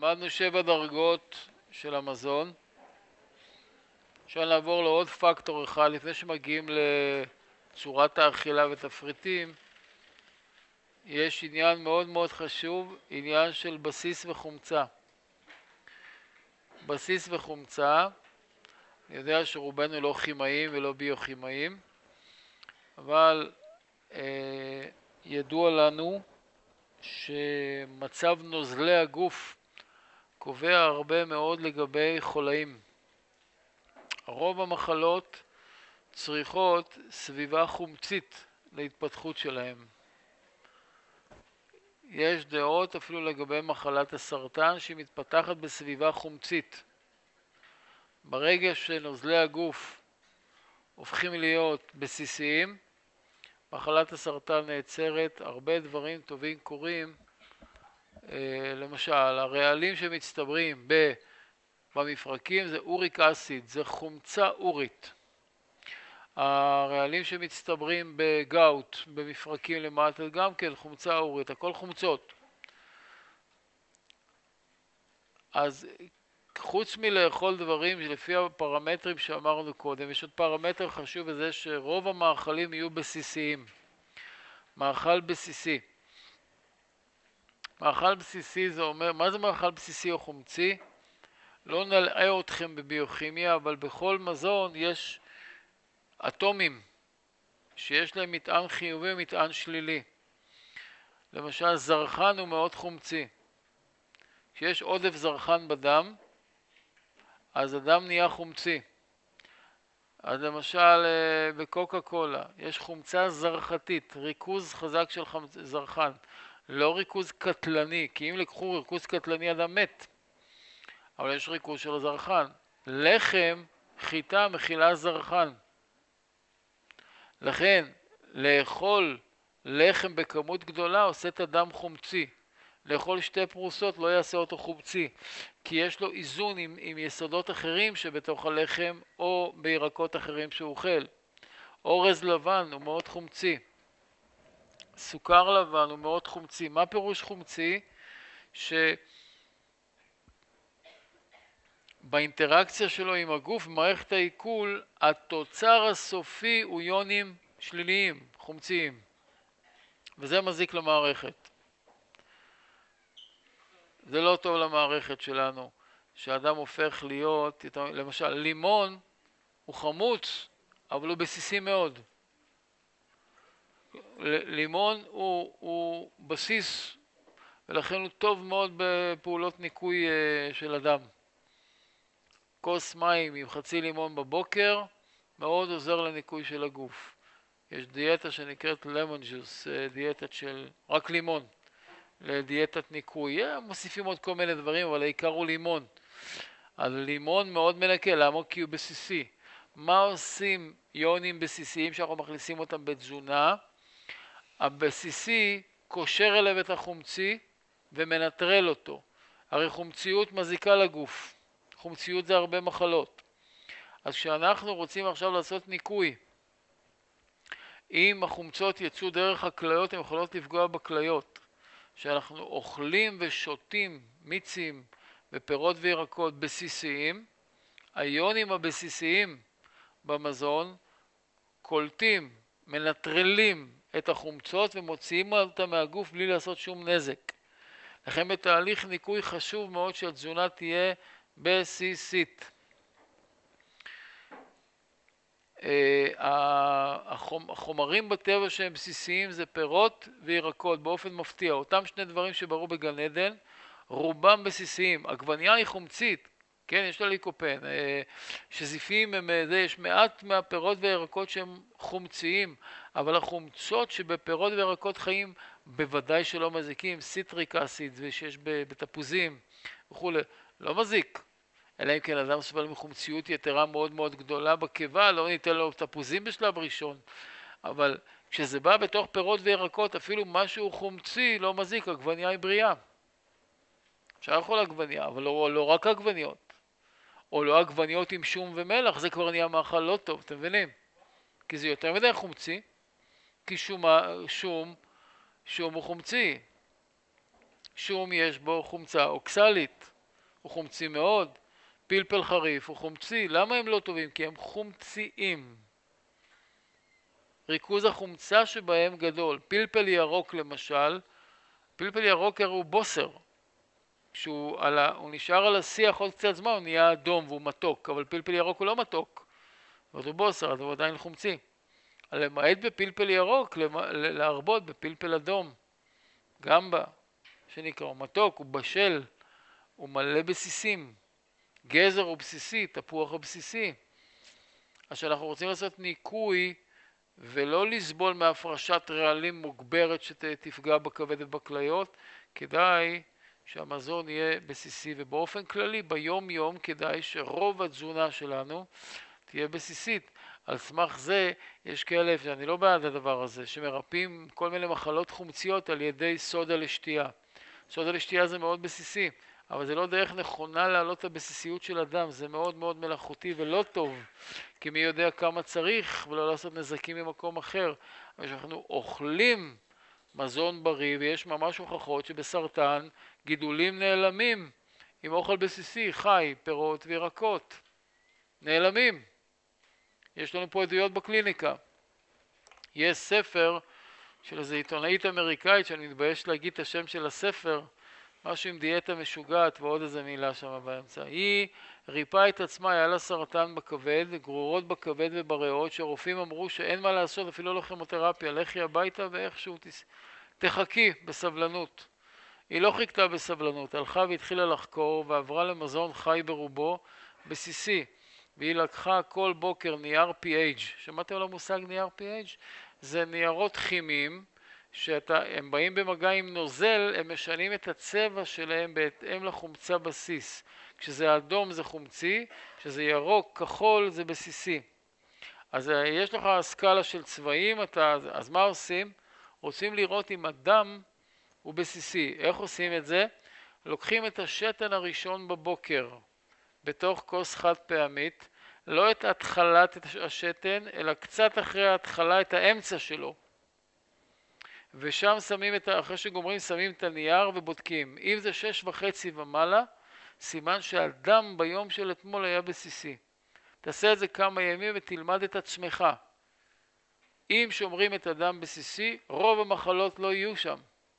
למדנו 7 דרגות של המזון. עכשיו נעבור לעוד פקטור אחד לפני שמגיעים לצורת האכילה ותפריטים. יש עניין מאוד מאוד חשוב, עניין של בסיס וחומצה. בסיס וחומצה, אני יודע שרובנו לא כימאים ולא ביוכימאים, אבל ידוע לנו שמצב נוזלי הגוף קובע הרבה מאוד לגבי חולאים. רוב המחלות צריכות סביבה חומצית להתפתחות שלהם. יש דעות אפילו לגבי מחלת הסרטן שהיא מתפתחת בסביבה חומצית. ברגע שנוזלי הגוף הופכים להיות בסיסיים, מחלת הסרטן נעצרת, הרבה דברים טובים קורים. למשל, הרעלים שמצטברים במפרקים זה אוריק אסיד, זה חומצה אורית. הרעלים שמצטברים בגאוט, במפרקים למטה, גם כן חומצה אורית, הכל חומצות. אז חוץ מלאכול דברים לפי הפרמטרים שאמרנו קודם, יש עוד פרמטר חשוב בזה שרוב המאכלים יהיו בסיסיים. מאכל בסיסי. מאכל בסיסי זה אומר, מה זה מאכל בסיסי או חומצי? לא נלאה אתכם בביוכימיה, אבל בכל מזון יש אטומים שיש להם מטען חיובי ומטען שלילי. למשל, זרחן הוא מאוד חומצי. כשיש עודף זרחן בדם, אז הדם נהיה חומצי. אז למשל, בקוקה קולה יש חומצה זרחתית, ריכוז חזק של זרחן. לא ריכוז קטלני, כי אם לקחו ריכוז קטלני אדם מת, אבל יש ריכוז של זרחן. לחם, חיטה מכילה זרחן. לכן, לאכול לחם בכמות גדולה עושה את הדם חומצי. לאכול 2 פרוסות לא יעשה אותו חומצי, כי יש לו איזון עם יסודות אחרים שבתוך הלחם או בירקות אחרים שהוא אוכל. אורז לבן הוא מאוד חומצי. סוכר לבן הוא מאוד חומצי. מה פירוש חומצי? שבאינטראקציה שלו עם הגוף, במערכת העיכול, התוצר הסופי הוא יונים שליליים, חומציים. וזה מזיק למערכת. זה לא טוב למערכת שלנו, שהאדם הופך להיות, למשל, לימון הוא חמוץ, אבל הוא בסיסי מאוד. לימון הוא בסיס, ולכן הוא טוב מאוד בפעולות ניקוי של אדם. כוס מים עם חצי לימון בבוקר, מאוד עוזר לניקוי של הגוף. יש דיאטה שנקראת למון ג'וס, דיאטה של רק לימון, לדיאטת ניקוי. מוסיפים עוד כל מיני דברים, אבל העיקר הוא לימון. אז לימון מאוד מנקה, למה? כי הוא בסיסי. מה עושים יונים בסיסיים שאנחנו מכניסים אותם בתזונה? הבסיסי קושר אליו את החומצי ומנטרל אותו. הרי חומציות מזיקה לגוף. חומציות זה הרבה מחלות. אז כשאנחנו רוצים עכשיו לעשות ניקוי, אם החומצות יצאו דרך הכליות, הן יכולות לפגוע בכליות. כשאנחנו אוכלים ושותים מיצים ופירות וירקות בסיסיים, היונים הבסיסיים במזון קולטים, מנטרלים את החומצות ומוציאים אותה מהגוף בלי לעשות שום נזק. לכן בתהליך ניקוי חשוב מאוד שהתזונה תהיה בסיסית. החומרים בטבע שהם בסיסיים זה פירות וירקות באופן מפתיע. אותם 2 דברים שבראו בגן עדן, רובם בסיסיים. עגבנייה היא חומצית, כן, יש לה ליקופן. שזיפים, יש מעט מהפירות וירקות שהם חומציים, אבל החומצות שבפירות וירקות חיים בוודאי שלא מזיקים. סיטריק אסיד שיש בתפוזים וכו', לא מזיק. אלא אם כן אדם סובל מחומציות יתרה מאוד מאוד גדולה בקיבה, לא ניתן לו תפוזים בשלב ראשון. אבל כשזה בא בתוך פירות וירקות, אפילו משהו חומצי לא מזיק, עגבנייה היא בריאה. אפשר לאכול עגבנייה, אבל לא רק עגבניות. או לא עגבניות עם שום ומלח, זה כבר נהיה מאכל לא טוב, אתם מבינים? כי זה יותר מדי חומצי, כי שום הוא חומצי. שום יש בו חומצה אוקסלית. הוא חומצי מאוד. פלפל חריף הוא חומצי. למה הם לא טובים? כי הם חומציים. ריכוז החומצה שבהם גדול. פלפל ירוק למשל, פלפל ירוק הוא בוסר. הוא נשאר על השיח עוד קצת זמן, הוא נהיה אדום והוא מתוק, אבל פלפל ירוק הוא לא מתוק. אבל הוא בוסר, אז הוא עדיין חומצי. למעט בפלפל ירוק, להרבות בפלפל אדום. גמבה, שנקרא, הוא מתוק, הוא בשל, הוא מלא בסיסים. גזר הוא בסיסי, תפוח הוא בסיסי. אז שאנחנו רוצים לעשות ניקוי ולא לסבול מהפרשת רעלים מוגברת שתפגע בכבד ובכליות, כדאי שהמזון יהיה בסיסי, ובאופן כללי ביום יום כדאי שרוב התזונה שלנו תהיה בסיסית. על סמך זה יש כאלה, שאני לא בעד הדבר הזה, שמרפאים כל מיני מחלות חומציות על ידי סודה לשתייה. סודה לשתייה זה מאוד בסיסי, אבל זה לא דרך נכונה להעלות את הבסיסיות של אדם, זה מאוד מאוד מלאכותי ולא טוב, כי מי יודע כמה צריך ולא לעשות נזקים ממקום אחר. אבל כשאנחנו אוכלים מזון בריא, ויש ממש הוכחות שבסרטן גידולים נעלמים עם אוכל בסיסי, חי, פירות וירקות. נעלמים. יש לנו פה עדויות בקליניקה. יש ספר של איזו עיתונאית אמריקאית, שאני מתבייש להגיד את השם של הספר, משהו עם דיאטה משוגעת ועוד איזה מילה שם באמצע. היא ריפאה את עצמה, היה לה סרטן בכבד, גרורות בכבד ובריאות, שרופאים אמרו שאין מה לעשות, אפילו לא כימותרפיה, לכי הביתה ואיכשהו תחכי בסבלנות. היא לא חיכתה בסבלנות, הלכה והתחילה לחקור ועברה למזון חי ברובו בסיסי. והיא לקחה כל בוקר נייר pH. שמעתם על המושג נייר pH? זה ניירות כימיים שהם באים במגע עם נוזל, הם משנים את הצבע שלהם בהתאם לחומצה בסיס. כשזה אדום זה חומצי, כשזה ירוק, כחול זה בסיסי. אז יש לך סקאלה של צבעים, אז מה עושים? רוצים לראות אם הדם הוא בסיסי. איך עושים את זה? לוקחים את השתן הראשון בבוקר בתוך כוס חד פעמית, לא את התחלת השתן, אלא קצת אחרי ההתחלה את האמצע שלו. ושם שמים אחרי שגומרים שמים את הנייר ובודקים. אם זה 6.5 ומעלה, סימן שהדם ביום של אתמול היה בסיסי. תעשה את זה כמה ימים ותלמד את עצמך. אם שומרים את הדם בסיסי, רוב המחלות לא יהיו שם.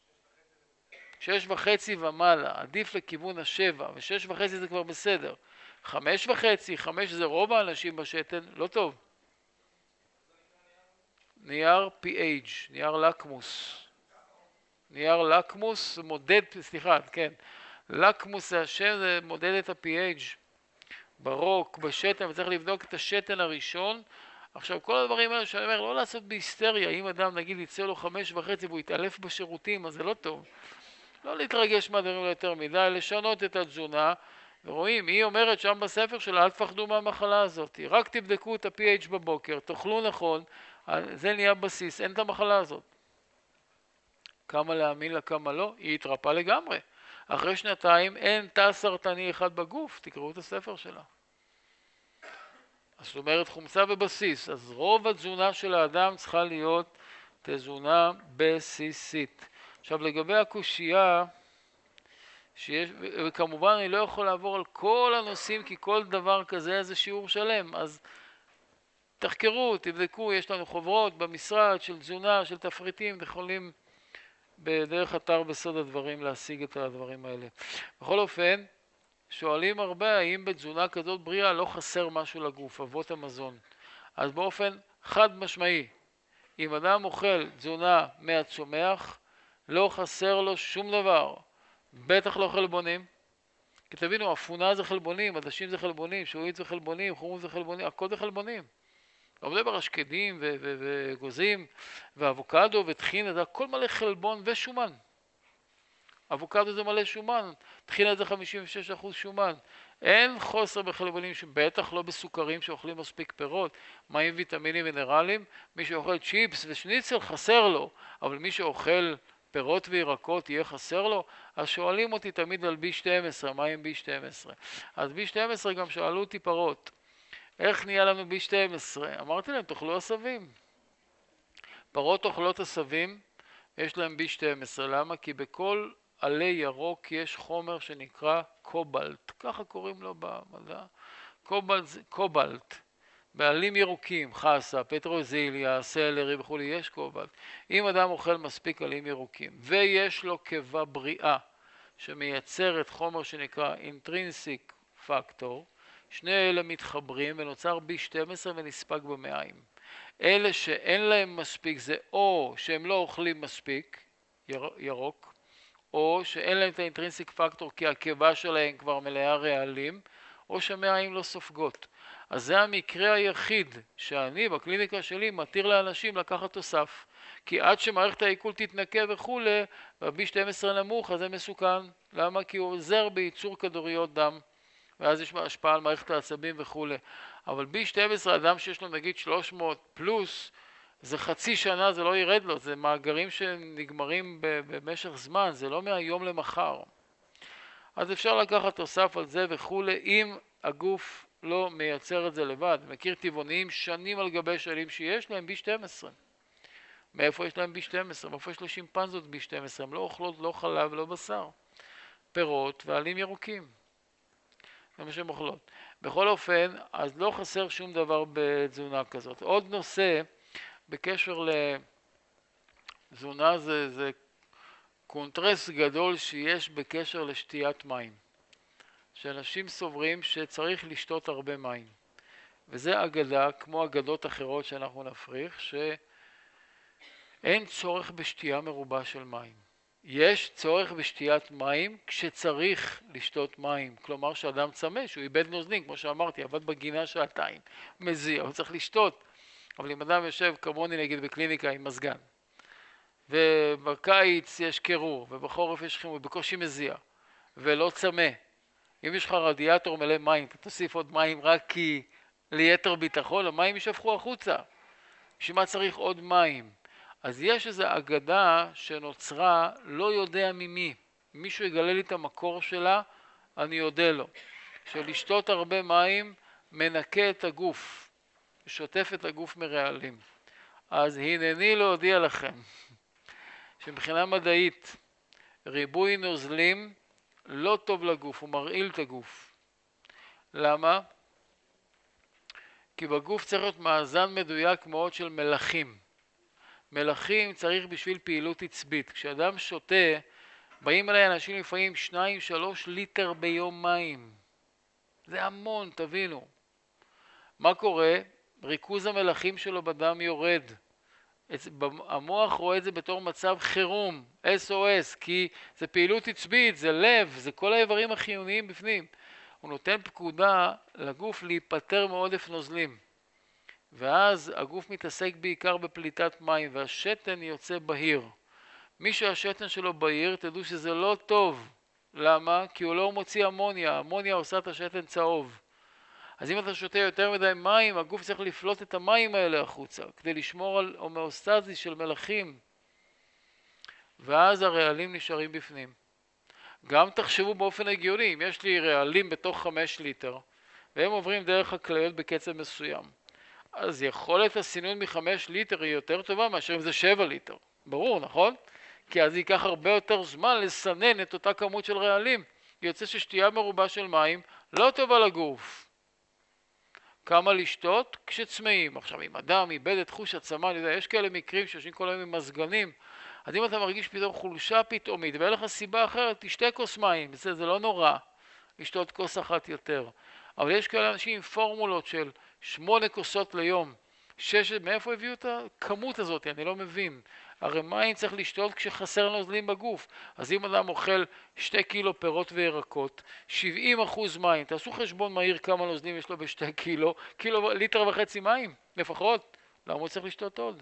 6.5 ומעלה, עדיף לכיוון 7, ו6.5 זה כבר בסדר. 5.5, 5 זה רוב האנשים בשתן, לא טוב. נייר pH, נייר לקמוס. נייר לקמוס מודד, סליחה, כן. לקמוס זה השם, זה מודד את ה-pH. ברוק, בשתן, וצריך לבדוק את השתן הראשון. עכשיו, כל הדברים האלה שאני אומר, לא לעשות בהיסטריה. אם אדם, נגיד, יצא לו 5.5 והוא יתעלף בשירותים, אז זה לא טוב. לא להתרגש מהדברים יותר מדי, לשנות את התזונה. ורואים, היא אומרת שם בספר שלה, אל תפחדו מהמחלה הזאת. רק תבדקו את ה-pH בבוקר, תאכלו נכון, זה נהיה בסיס, אין את המחלה הזאת. כמה להאמין לה, כמה לא, היא התרפאה לגמרי. אחרי שנתיים אין תא סרטני אחד בגוף, תקראו את הספר שלה. אז זאת אומרת חומצה בבסיס, אז רוב התזונה של האדם צריכה להיות תזונה בסיסית. עכשיו לגבי הקושייה, וכמובן אני לא יכול לעבור על כל הנושאים, כי כל דבר כזה זה שיעור שלם, אז תחקרו, תבדקו, יש לנו חוברות במשרד של תזונה, של תפריטים, יכולים בדרך אתר בסוד הדברים להשיג את הדברים האלה. בכל אופן, שואלים הרבה האם בתזונה כזאת בריאה לא חסר משהו לגוף, אבות המזון. אז באופן חד משמעי, אם אדם אוכל תזונה מהצומח, לא חסר לו שום דבר. בטח לא חלבונים. כי תבינו, אפונה זה חלבונים, עדשים זה חלבונים, שועית זה חלבונים, חומוס זה חלבונים, הכל זה חלבונים. לא מדבר שקדים וגוזים ואבוקדו וטחינה, זה הכל מלא חלבון ושומן. אבוקדו זה מלא שומן, טחינה זה 56% שומן. אין חוסר בחלבונים, בטח לא בסוכרים שאוכלים מספיק פירות, מים, ויטמינים, מינרלים. מי שאוכל צ'יפס ושניצל חסר לו, אבל מי שאוכל פירות וירקות יהיה חסר לו. אז שואלים אותי תמיד על B12, מה עם B12? אז B12 גם שאלו אותי פרות. איך נהיה לנו B12? אמרתי להם, תאכלו עשבים. פרות אוכלות עשבים, יש להם B12. למה? כי בכל עלה ירוק יש חומר שנקרא קובלט, ככה קוראים לו במדע, קובלט, בעלים ירוקים, חסה, פטרוזיליה, סלרי וכו', יש קובלט. אם אדם אוכל מספיק עלים ירוקים ויש לו קיבה בריאה שמייצרת חומר שנקרא אינטרינסיק פקטור, שני אלה מתחברים ונוצר B12 ונספק במעיים. אלה שאין להם מספיק זה או שהם לא אוכלים מספיק ירוק, או שאין להם את האינטרינסיק פקטור כי הקיבה שלהם כבר מלאה רעלים, או שהמעיים לא סופגות. אז זה המקרה היחיד שאני בקליניקה שלי מתיר לאנשים לקחת תוסף. כי עד שמערכת העיכול תתנקה וכו', ב-B12 נמוך, אז זה מסוכן. למה? כי הוא עוזר בייצור כדוריות דם, ואז יש השפעה על מערכת העצבים וכו'. אבל B12, אדם שיש לו נגיד 300 פלוס, זה חצי שנה, זה לא ירד לו, זה מאגרים שנגמרים במשך זמן, זה לא מהיום למחר. אז אפשר לקחת תוסף על זה וכו', אם הגוף לא מייצר את זה לבד. מכיר טבעוניים שנים על גבי שנים שיש להם B12. מאיפה יש להם B12? מאיפה יש לשימפנזות B12? הם לא אוכלות לא חלב ולא בשר. פירות ועלים ירוקים. זה מה שהן אוכלות. בכל אופן, אז לא חסר שום דבר בתזונה כזאת. עוד נושא בקשר לתזונה זה קונטרס גדול שיש בקשר לשתיית מים. שאנשים סוברים שצריך לשתות הרבה מים. וזה אגדה, כמו אגדות אחרות שאנחנו נפריך, שאין צורך בשתייה מרובה של מים. יש צורך בשתיית מים כשצריך לשתות מים. כלומר שאדם צמא, שהוא איבד נוזלים, כמו שאמרתי, עבד בגינה שעתיים, מזיע, הוא צריך לשתות. אבל אם אדם יושב כמוני נגיד בקליניקה עם מזגן, ובקיץ יש קירור, ובחורף יש חימום, בקושי מזיע, ולא צמא. אם יש לך רדיאטור מלא מים, אתה תוסיף עוד מים רק כי ליתר ביטחון, המים ישפכו החוצה. בשביל מה צריך עוד מים? אז יש איזו אגדה שנוצרה, לא יודע ממי. מישהו יגלה לי את המקור שלה, אני יודע לו. שלשתות הרבה מים מנקה את הגוף, שוטף את הגוף מרעלים. אז הנני להודיע לכם, שמבחינה מדעית, ריבוי נוזלים לא טוב לגוף, הוא מרעיל את הגוף. למה? כי בגוף צריך להיות מאזן מדויק מאוד של מלחים. מלחים צריך בשביל פעילות עצבית. כשאדם שותה, באים אליי אנשים לפעמים 2-3 ליטר ביום מים. זה המון, תבינו. מה קורה? ריכוז המלחים שלו בדם יורד. המוח רואה את זה בתור מצב חירום, SOS, כי זה פעילות עצבית, זה לב, זה כל האיברים החיוניים בפנים. הוא נותן פקודה לגוף להיפטר מעודף נוזלים. ואז הגוף מתעסק בעיקר בפליטת מים, והשתן יוצא בהיר. מי שהשתן שלו בהיר, תדעו שזה לא טוב. למה? כי הוא לא מוציא אמוניה, אמוניה עושה את השתן צהוב. אז אם אתה שותה יותר מדי מים, הגוף צריך לפלוט את המים האלה החוצה, כדי לשמור על הומאוסטזיס של מלחים. ואז הרעלים נשארים בפנים. גם תחשבו באופן הגיוני, אם יש לי רעלים בתוך 5 ליטר, והם עוברים דרך הכליות בקצב מסוים, אז יכולת הסינון מ5 ליטר היא יותר טובה מאשר אם זה 7 ליטר. ברור, נכון? כי אז ייקח הרבה יותר זמן לסנן את אותה כמות של רעלים. יוצא ששתייה מרובה של מים לא טובה לגוף. כמה לשתות? כשצמאים. עכשיו, אם אדם איבד את חוש הצמא, אני יודע, יש כאלה מקרים שיושבים כל היום עם מזגנים, אז אם אתה מרגיש פתאום חולשה פתאומית, ואין לך סיבה אחרת, תשתה כוס מים, זה לא נורא, לשתות כוס אחת יותר. אבל יש כאלה אנשים עם פורמולות של 8 כוסות ליום, 6, מאיפה הביאו את הכמות הזאת? אני לא מבין. הרי מים צריך לשתות כשחסר נוזלים בגוף. אז אם אדם אוכל 2 קילו פירות וירקות, 70% מים, תעשו חשבון מהיר כמה נוזלים יש לו ב2 קילו, ליטר וחצי מים, לפחות. למה הוא צריך לשתות עוד?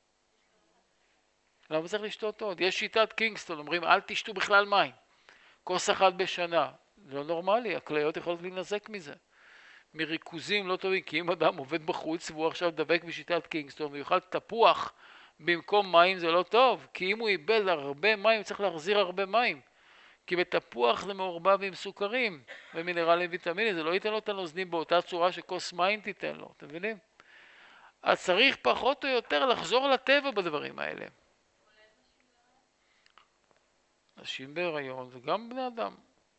למה הוא צריך לשתות עוד? יש שיטת קינגסטון, אומרים אל תשתו בכלל מים. כוס אחת בשנה. זה לא נורמלי, הכליות יכולות להינזק מזה. מריכוזים לא טובים, כי אם אדם עובד בחוץ והוא עכשיו דבק בשיטת קינגסטון, הוא יאכל תפוח במקום מים, זה לא טוב, כי אם הוא איבד הרבה מים, הוא צריך להחזיר הרבה מים. כי בתפוח זה מעורבב עם סוכרים ומינרלים ויטמינים, זה לא ייתן לו את הנוזלים באותה צורה שכוס מים תיתן לו, אתם מבינים? אז צריך פחות או יותר לחזור לטבע בדברים האלה. נשים בהיריון וגם בני אדם.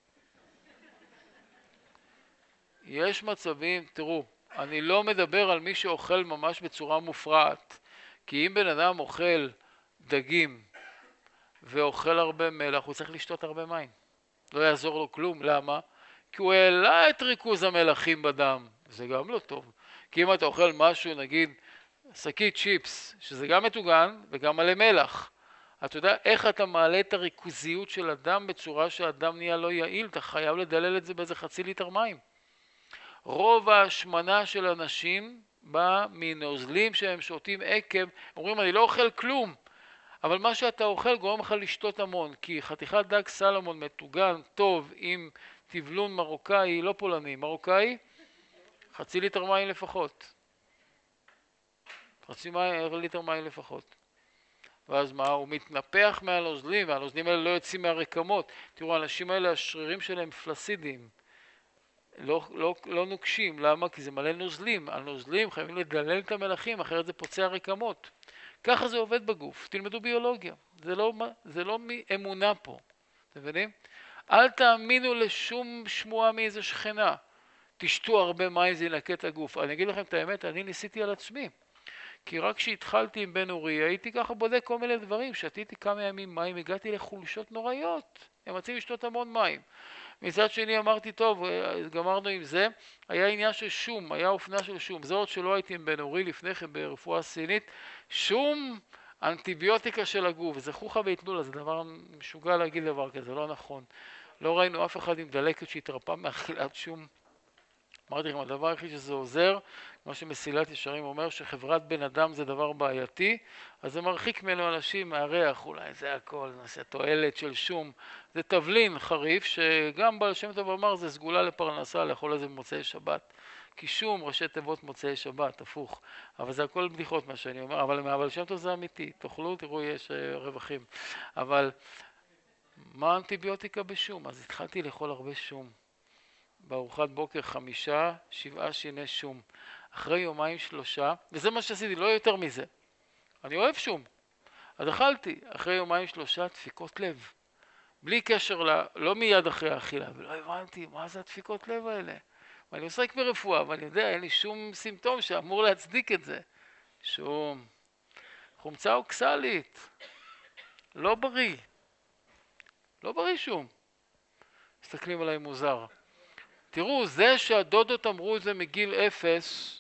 יש מצבים, תראו, אני לא מדבר על מי שאוכל ממש בצורה מופרעת, כי אם בן אדם אוכל דגים ואוכל הרבה מלח, הוא צריך לשתות הרבה מים. לא יעזור לו כלום. למה? כי הוא העלה את ריכוז המלחים בדם. זה גם לא טוב. כי אם אתה אוכל משהו, נגיד, שקית צ'יפס, שזה גם מטוגן וגם מלא מלח, אתה יודע איך אתה מעלה את הריכוזיות של הדם בצורה שהדם נהיה לא יעיל? אתה חייב לדלל את זה באיזה חצי ליטר מים. רוב ההשמנה של אנשים בא מנוזלים שהם שותים עקב, אומרים אני לא אוכל כלום, אבל מה שאתה אוכל גורם לך לשתות המון, כי חתיכת דג סלמון מטוגן טוב עם טבלון מרוקאי, לא פולני, מרוקאי, חצי ליטר מים לפחות. ליטר מים לפחות. ואז מה? הוא מתנפח מהנוזלים, והנוזלים האלה לא יוצאים מהרקמות. תראו, האנשים האלה, השרירים שלהם פלסידיים. לא נוקשים. למה? כי זה מלא נוזלים. הנוזלים חייבים לדלל את המלחים, אחרת זה פוצע רקמות. ככה זה עובד בגוף. תלמדו ביולוגיה. זה לא מאמונה פה. אתם מבינים? אל תאמינו לשום שמועה מאיזה שכנה. תשתו הרבה מים, זה ינקה את הגוף. אני אגיד לכם את האמת, אני ניסיתי על עצמי. כי רק כשהתחלתי עם בן אורי, הייתי ככה בודק כל מיני דברים. שתיתי כמה ימים מים, הגעתי לחולשות נוראיות. הם רצים לשתות המון מים. מצד שני אמרתי, טוב, גמרנו עם זה. היה עניין של שום, היה אופנה של שום. זה עוד שלא הייתי עם בן אורי לפני כן ברפואה סינית. שום אנטיביוטיקה של הגוף. זה חוכה והתלולה, זה דבר משוגע להגיד דבר כזה, לא נכון. לא ראינו אף אחד עם דלקת שהתרפא מאכילת שום. אמרתי לכם, הדבר הכי שזה עוזר, מה שמסילת ישרים אומר, שחברת בן אדם זה דבר בעייתי, אז זה מרחיק ממנו אנשים מהריח, אולי זה הכל, נעשה תועלת של שום. זה תבלין חריף, שגם בעל שם טוב אמר, זה סגולה לפרנסה, לאכול את זה במוצאי שבת. כי שום ראשי תיבות מוצאי שבת, הפוך. אבל זה הכל בדיחות מה שאני אומר, אבל מהבעל שם טוב זה אמיתי. תאכלו, תראו, יש רווחים. אבל מה האנטיביוטיקה בשום? אז התחלתי לאכול הרבה שום. בארוחת בוקר 5-7 שיני שום. אחרי 2-3, וזה מה שעשיתי, לא יותר מזה. אני אוהב שום. אז אכלתי, אחרי 2-3 דפיקות לב. בלי קשר, לא מיד אחרי האכילה, ולא הבנתי מה זה הדפיקות לב האלה. ואני עוסק ברפואה, אבל אני יודע, אין לי שום סימפטום שאמור להצדיק את זה. שום. חומצה אוקסלית. לא בריא. לא בריא שום. מסתכלים עליי מוזר. תראו, זה שהדודות אמרו את זה מגיל 0,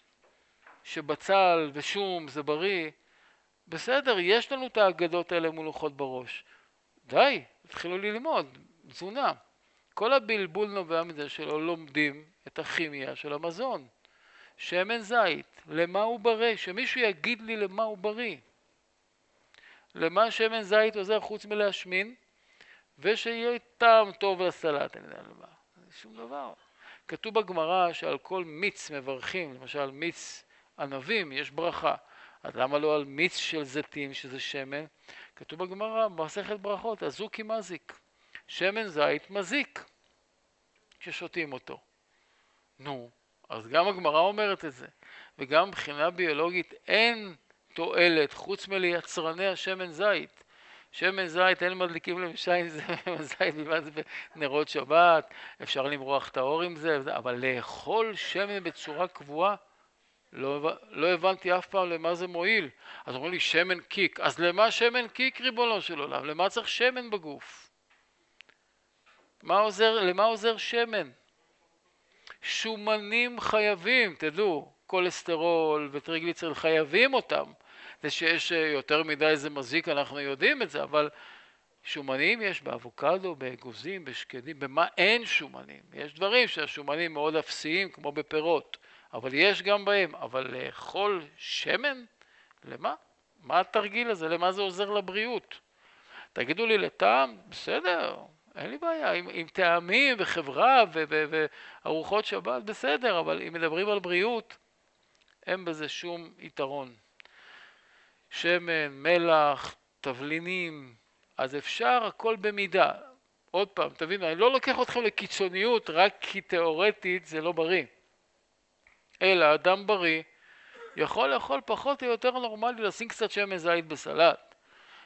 שבצל ושום זה בריא, בסדר, יש לנו את האגדות האלה מונחות בראש. די, התחילו ללמוד, תזונה. כל הבלבול נובע מזה שלא לומדים את הכימיה של המזון. שמן זית, למה הוא בריא? שמישהו יגיד לי למה הוא בריא. למה שמן זית עוזר חוץ מלהשמין, ושיהיה טעם טוב לסלט, אני יודע למה. זה שום דבר. כתוב בגמרא שעל כל מיץ מברכים, למשל מיץ ענבים, יש ברכה. אז למה לא על מיץ של זיתים, שזה שמן? כתוב בגמרא, במסכת ברכות, הזוקי מזיק. שמן זית מזיק, כששותים אותו. נו, אז גם הגמרא אומרת את זה. וגם מבחינה ביולוגית אין תועלת, חוץ מליצרני השמן זית. שמן זית, אין מדליקים למשיים זית, בלבד זה בנרות שבת, אפשר למרוח את האור עם זה, אבל לאכול שמן בצורה קבועה, לא הבנתי אף פעם למה זה מועיל. אז אומרים לי, שמן קיק. אז למה שמן קיק, ריבונו של עולם? למה צריך שמן בגוף? למה עוזר שמן? שומנים חייבים, תדעו, כולסטרול וטריגליצריד חייבים אותם. זה שיש יותר מדי זה מזיק, אנחנו יודעים את זה, אבל שומנים יש באבוקדו, באגוזים, בשקדים, במה אין שומנים? יש דברים שהשומנים מאוד אפסיים, כמו בפירות, אבל יש גם בהם. אבל לאכול שמן? למה? מה התרגיל הזה? למה זה עוזר לבריאות? תגידו לי לטעם? בסדר, אין לי בעיה. עם טעמים וחברה וארוחות שבת, בסדר, אבל אם מדברים על בריאות, אין בזה שום יתרון. שמן, מלח, תבלינים, אז אפשר הכל במידה. עוד פעם, תבינו, אני לא לוקח אתכם לקיצוניות רק כי תיאורטית זה לא בריא. אלא אדם בריא יכול לאכול פחות או יותר נורמלי, לשים קצת שמן זית בסלט.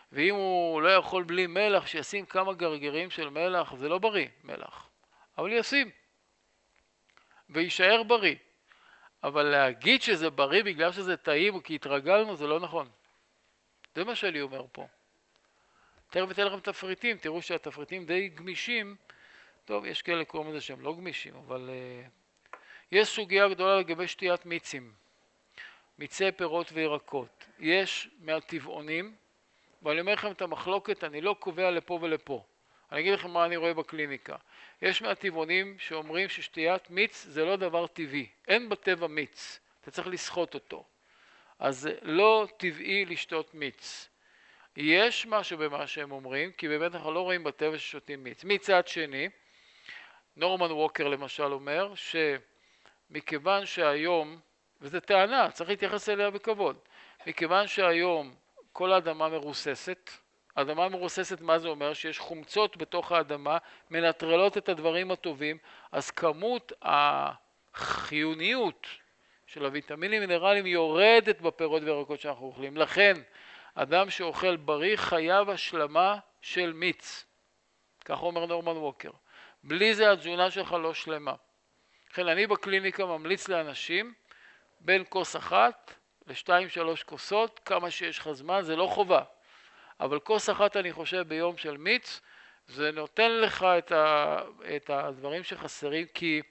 ואם הוא לא יכול בלי מלח, שישים כמה גרגירים של מלח, זה לא בריא, מלח. אבל ישים, ויישאר בריא. אבל להגיד שזה בריא בגלל שזה טעים, כי התרגלנו, זה לא נכון. זה מה שאני אומר פה. תכף אתן לכם תפריטים, תראו שהתפריטים די גמישים. טוב, יש כאלה קוראים לזה שהם לא גמישים, אבל יש סוגיה גדולה לגבי שתיית מיצים. מיצי פירות וירקות. יש מהטבעונים, ואני אומר לכם את המחלוקת, אני לא קובע לפה ולפה. אני אגיד לכם מה אני רואה בקליניקה. יש מהטבעונים שאומרים ששתיית מיץ זה לא דבר טבעי. אין בטבע מיץ. אתה צריך לסחוט אותו. אז זה לא טבעי לשתות מיץ. יש משהו במה שהם אומרים, כי באמת אנחנו לא רואים בטבע ששותים מיץ. מצד שני, נורמן ווקר למשל אומר שמכיוון שהיום, וזו טענה, צריך להתייחס אליה בכבוד, מכיוון שהיום כל האדמה מרוססת, האדמה מרוססת מה זה אומר? שיש חומצות בתוך האדמה, מנטרלות את הדברים הטובים, אז כמות החיוניות של הוויטמינים מינרלים יורדת בפירות וירקות שאנחנו אוכלים. לכן, אדם שאוכל בריא חייב השלמה של מיץ. כך אומר נורמן ווקר. בלי זה התזונה שלך לא שלמה. לכן אני בקליניקה ממליץ לאנשים בין כוס אחת ל2-3 כוסות, כמה שיש לך זמן, זה לא חובה. אבל כוס אחת אני חושב ביום של מיץ, זה נותן לך את הדברים שחסרים, כי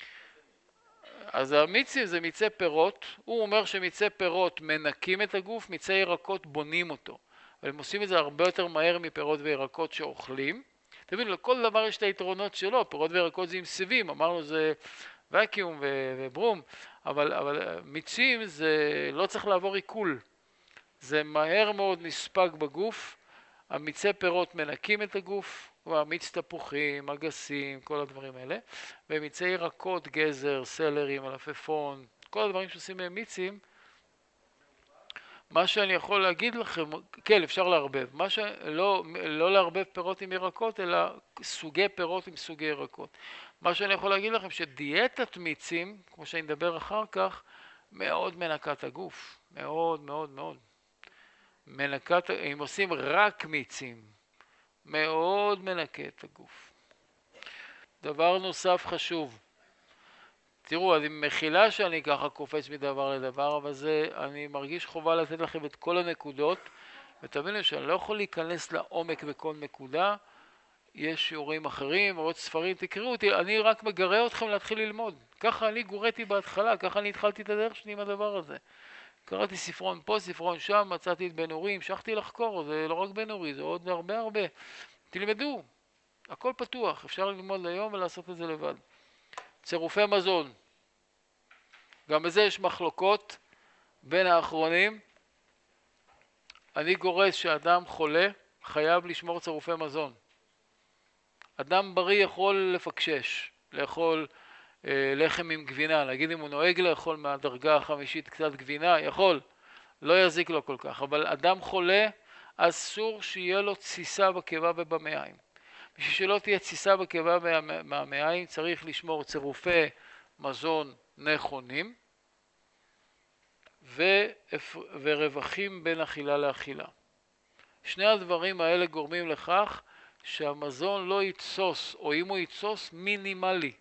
אז המיצים זה מיצי פירות, הוא אומר שמיצי פירות מנקים את הגוף, מיצי ירקות בונים אותו. אבל הם עושים את זה הרבה יותר מהר מפירות וירקות שאוכלים. תבין, לכל דבר יש את היתרונות שלו, פירות וירקות זה עם סיבים, אמרנו זה וקיום וברום, אבל מיצים זה לא צריך לעבור עיכול. זה מהר מאוד נספג בגוף, המיצי פירות מנקים את הגוף, מיץ תפוחים, אגסים, כל הדברים האלה, ומיצי ירקות, גזר, סלרי, מלפפון, כל הדברים שעושים מהם מיצים, מה שאני יכול להגיד לכם, כן, אפשר לערבב, לא לערבב פירות עם ירקות, אלא סוגי פירות עם סוגי ירקות. מה שאני יכול להגיד לכם, שדיאטת מיצים, כמו שאני מדבר אחר כך, מאוד מנקה את הגוף, מאוד מאוד מאוד. אם עושים רק מיצים, מאוד מנקה את הגוף. דבר נוסף חשוב, תראו, אני מחילה שאני ככה קופץ מדבר לדבר, אבל אני מרגיש חובה לתת לכם את כל הנקודות, ותבינו שאני לא יכול להיכנס לעומק בכל נקודה, יש שיעורים אחרים, עוד ספרים, תקראו אותי, אני רק מגרה אתכם להתחיל ללמוד. ככה אני גורתי בהתחלה, ככה אני התחלתי את הדרך שלי עם הדבר הזה. קראתי ספרון פה, ספרון שם, מצאתי את בן אורי, המשכתי לחקור, זה לא רק בן אורי, זה עוד הרבה. תלמדו, הכל פתוח, אפשר ללמוד היום ולעשות את זה לבד. צירופי מזון, גם בזה יש מחלוקות בין האחרונים. אני גורס שאדם חולה חייב לשמור צירופי מזון. אדם בריא יכול לפקשש, לאכול לחם עם גבינה, נגיד אם הוא נוהג לאכול מהדרגה החמישית קצת גבינה, יכול, לא יזיק לו כל כך, אבל אדם חולה אסור שיהיה לו תסיסה בקיבה ובמעיים. בשביל שלא תהיה תסיסה בקיבה מהמעיים צריך לשמור צירופי מזון נכונים ורווחים בין אכילה לאכילה. שני הדברים האלה גורמים לכך שהמזון לא יתסוס, או אם הוא יתסוס, מינימלי.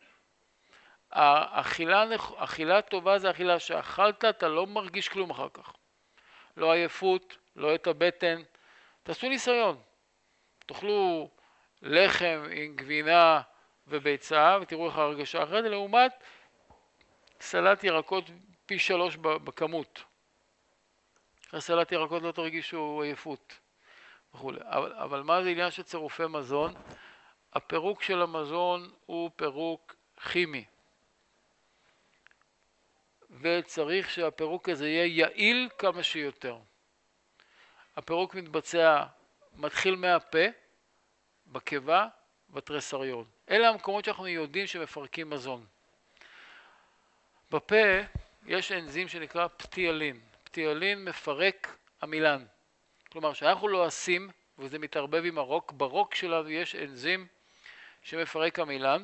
אכילה טובה זה אכילה שאכלת, אתה לא מרגיש כלום אחר כך. לא עייפות, לא את הבטן. תעשו ניסיון. תאכלו לחם עם גבינה וביצה, ותראו איך הרגשה אחרת, לעומת סלט ירקות פי 3 בכמות. אחרי סלט ירקות לא תרגישו עייפות וכו'. אבל מה זה עניין של צירופי מזון? הפירוק של המזון הוא פירוק כימי. וצריך שהפירוק הזה יהיה יעיל כמה שיותר. הפירוק מתחיל מהפה, בקיבה, בתריסריון. אלה המקומות שאנחנו יודעים שמפרקים מזון. בפה יש אנזים שנקרא פתיאלין. פתיאלין מפרק עמילן. כלומר, שאנחנו לא עושים, וזה מתערבב עם הרוק, ברוק שלנו יש אנזים שמפרק עמילן,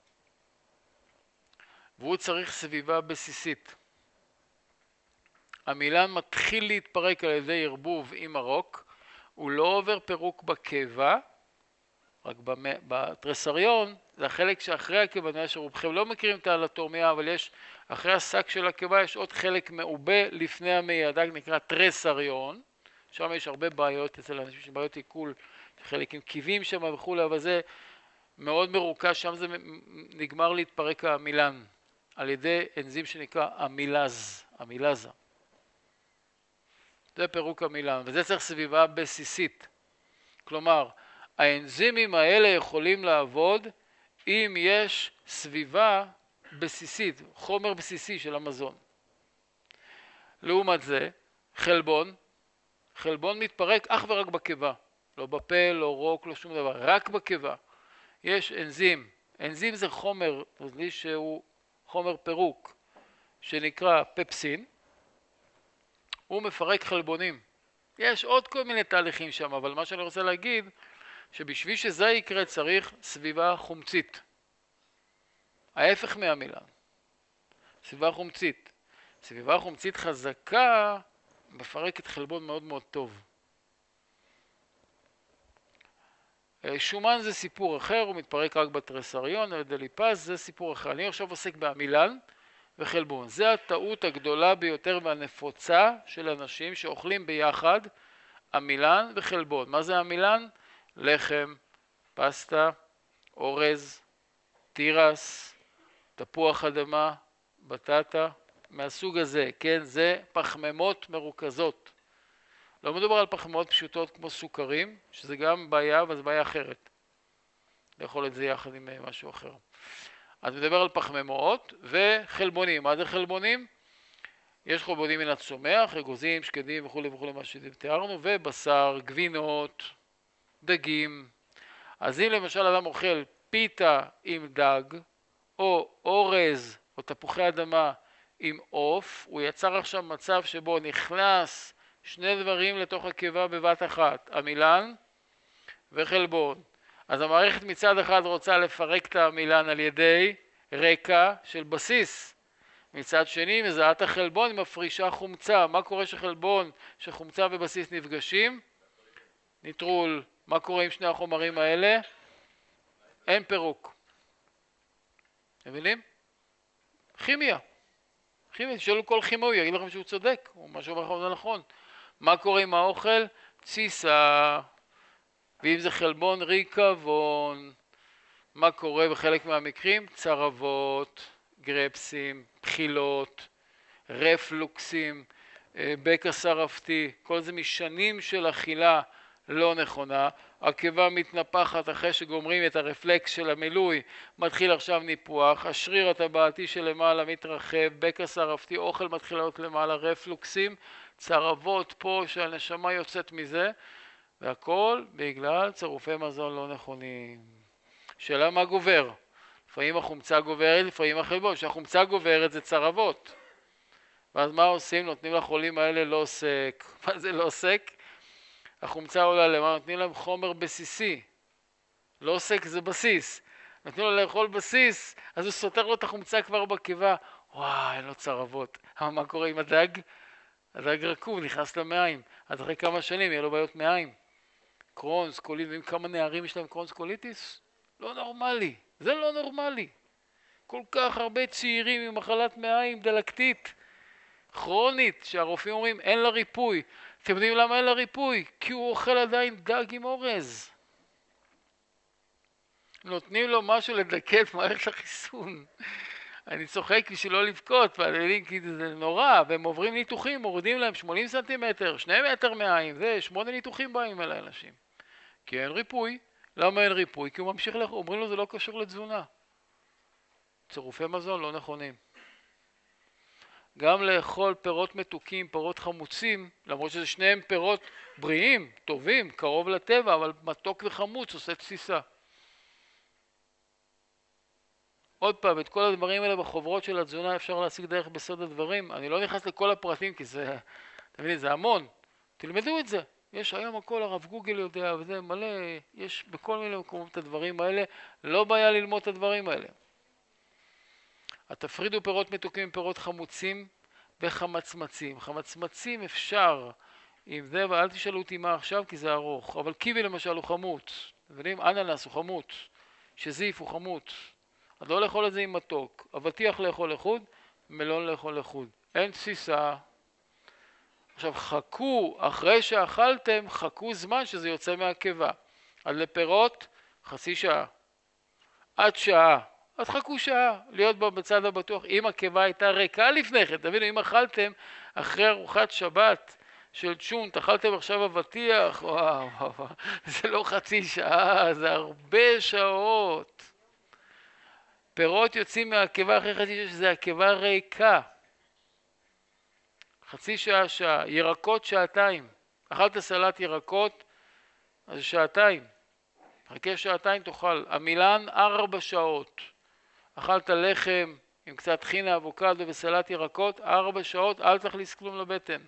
והוא צריך סביבה בסיסית. עמילן מתחיל להתפרק על ידי ערבוב עם הרוק, הוא לא עובר פירוק בקיבה, רק בתריסריון, זה החלק שאחרי הקיבה, נראה שרובכם לא מכירים את האנטומיה, אבל יש, אחרי השק של הקיבה יש עוד חלק מעובה לפני המעי הדק, נקרא תריסריון, שם יש הרבה בעיות אצל אנשים שבעיות עיכול, חלק עם קיבים שם וכו', אבל זה מאוד מרוכז, שם זה נגמר להתפרק המילן, על ידי אנזים שנקרא המילזה. זה פירוק המילן, וזה צריך סביבה בסיסית. כלומר, האנזימים האלה יכולים לעבוד אם יש סביבה בסיסית, חומר בסיסי של המזון. לעומת זה, חלבון מתפרק אך ורק בקיבה, לא בפה, לא רוק, לא שום דבר, רק בקיבה. יש אנזים זה חומר, נוזלי שהוא חומר פירוק, שנקרא פפסין, הוא מפרק חלבונים. יש עוד כל מיני תהליכים שם, אבל מה שאני רוצה להגיד, שבשביל שזה יקרה צריך סביבה חומצית. ההפך מהמילן. סביבה חומצית. סביבה חומצית חזקה מפרקת חלבון מאוד מאוד טוב. שומן זה סיפור אחר, הוא מתפרק רק בתריסריון, על ידי ליפז, זה סיפור אחר. אני עכשיו עוסק בעמילן וחלבון. זה הטעות הגדולה ביותר והנפוצה של אנשים שאוכלים ביחד עמילן וחלבון. מה זה עמילן? לחם, פסטה, אורז, תירס, תפוח אדמה, בטטה, מהסוג הזה, כן? זה פחמימות מרוכזות. לא מדובר על פחמימות פשוטות כמו סוכרים, שזה גם בעיה, אבל זו בעיה אחרת. לאכול את זה יחד עם משהו אחר. אז מדבר על פחמימות וחלבונים. מה זה חלבונים? יש חלבונים מן הצומח, אגוזים, שקדים וכו' וכו' מה שתיארנו, ובשר, גבינות, דגים. אז אם למשל אדם אוכל פיתה עם דג, או אורז או תפוחי אדמה עם עוף, הוא יצר עכשיו מצב שבו נכנס שני דברים לתוך הקיבה בבת אחת, עמילן וחלבון. אז המערכת מצד אחד רוצה לפרק את העמילן על ידי רקע של בסיס. מצד שני, מזהת החלבון מפרישה חומצה. מה קורה שחלבון, שחומצה ובסיס נפגשים? ניטרול. מה קורה עם שני החומרים האלה? אין פירוק. מבינים? כימיה. תשאלו כל כימאי, יגיד לכם שהוא צודק, או משהו אחר זה נכון. מה קורה עם האוכל? תסיסה. ואם זה חלבון, ריקבון. מה קורה בחלק מהמקרים? צרבות, גרפסים, בחילות, רפלוקסים, בקע שרפתי, כל זה משנים של אכילה לא נכונה. הקיבה מתנפחת אחרי שגומרים את הרפלקס של המילוי, מתחיל עכשיו ניפוח, השריר הטבעתי שלמעלה מתרחב, בקע שרפתי, אוכל מתחיל להיות למעלה, רפלוקסים, צרבות פה שהנשמה יוצאת מזה, והכל בגלל צירופי מזון לא נכונים. שאלה מה גובר? לפעמים החומצה גוברת, לפעמים החלבון. כשהחומצה גוברת זה צרבות. ואז מה עושים? נותנים לחולים האלה לא עוסק. מה זה לא עוסק? החומצה עולה למה? נותנים להם חומר בסיסי. לא עוסק זה בסיס. נותנים לו לאכול בסיס, אז הוא סותר לו את החומצה כבר בקיבה. וואי, אין לו צרבות. אבל מה קורה עם הדג? הדג רקוב, נכנס למעיים. אז אחרי כמה שנים יהיה לו בעיות מעיים. קרונס, קוליטיס, ואם כמה נערים יש להם קרונס קוליטיס? לא נורמלי. זה לא נורמלי. כל כך הרבה צעירים עם מחלת מעיים דלקתית, כרונית, שהרופאים אומרים אין לה ריפוי. אתם יודעים למה אין לה ריפוי? כי הוא אוכל עדיין דג עם אורז. נותנים לו משהו לדכא את מערכת החיסון. אני צוחק בשביל לא לבכות, כי זה נורא, והם עוברים ניתוחים, מורידים להם 80 סנטימטר, 2 מטר מעיים, זה 8 ניתוחים באים אל האנשים. כי אין ריפוי. למה אין ריפוי? כי הוא ממשיך לאכול, אומרים לו זה לא קשור לתזונה. צירופי מזון לא נכונים. גם לאכול פירות מתוקים, פירות חמוצים, למרות שזה שניהם פירות בריאים, טובים, קרוב לטבע, אבל מתוק וחמוץ עושה תסיסה. עוד פעם, את כל הדברים האלה בחוברות של התזונה אפשר להשיג דרך בסוד הדברים. אני לא נכנס לכל הפרטים כי זה, אתה מבין, זה המון. תלמדו את זה. יש היום הכל, הרב גוגל יודע, וזה מלא, יש בכל מיני מקומות את הדברים האלה. לא בעיה ללמוד את הדברים האלה. התפרידו פירות מתוקים עם פירות חמוצים וחמצמצים. חמצמצים אפשר עם זה, ואל תשאלו אותי מה עכשיו כי זה ארוך, אבל קיבי למשל הוא חמוץ, אתם יודעים, אננס הוא חמוץ, שזיף הוא חמוץ, אז לא לאכול את זה עם מתוק, אבטיח לאכול לחוד, מלון לאכול לחוד, אין תסיסה. עכשיו חכו, אחרי שאכלתם, חכו זמן שזה יוצא מהקיבה. אז לפירות, חצי שעה, עד שעה, אז חכו שעה, להיות בצד הבטוח. אם הקיבה הייתה ריקה לפני כן, תבינו, אם אכלתם אחרי ארוחת שבת של צ'ונט, אכלתם עכשיו אבטיח, וואו, זה לא חצי שעה, זה הרבה שעות. פירות יוצאים מהקיבה אחרי חצי שעה, שזה הקיבה ריקה. חצי שעה, שעה. ירקות, שעתיים. אכלת סלט ירקות, אז שעתיים. חכה שעתיים תאכל. המילן 4 שעות. אכלת לחם עם קצת חינה, אבוקדו וסלט ירקות, 4 שעות, אל תכניס כלום לבטן.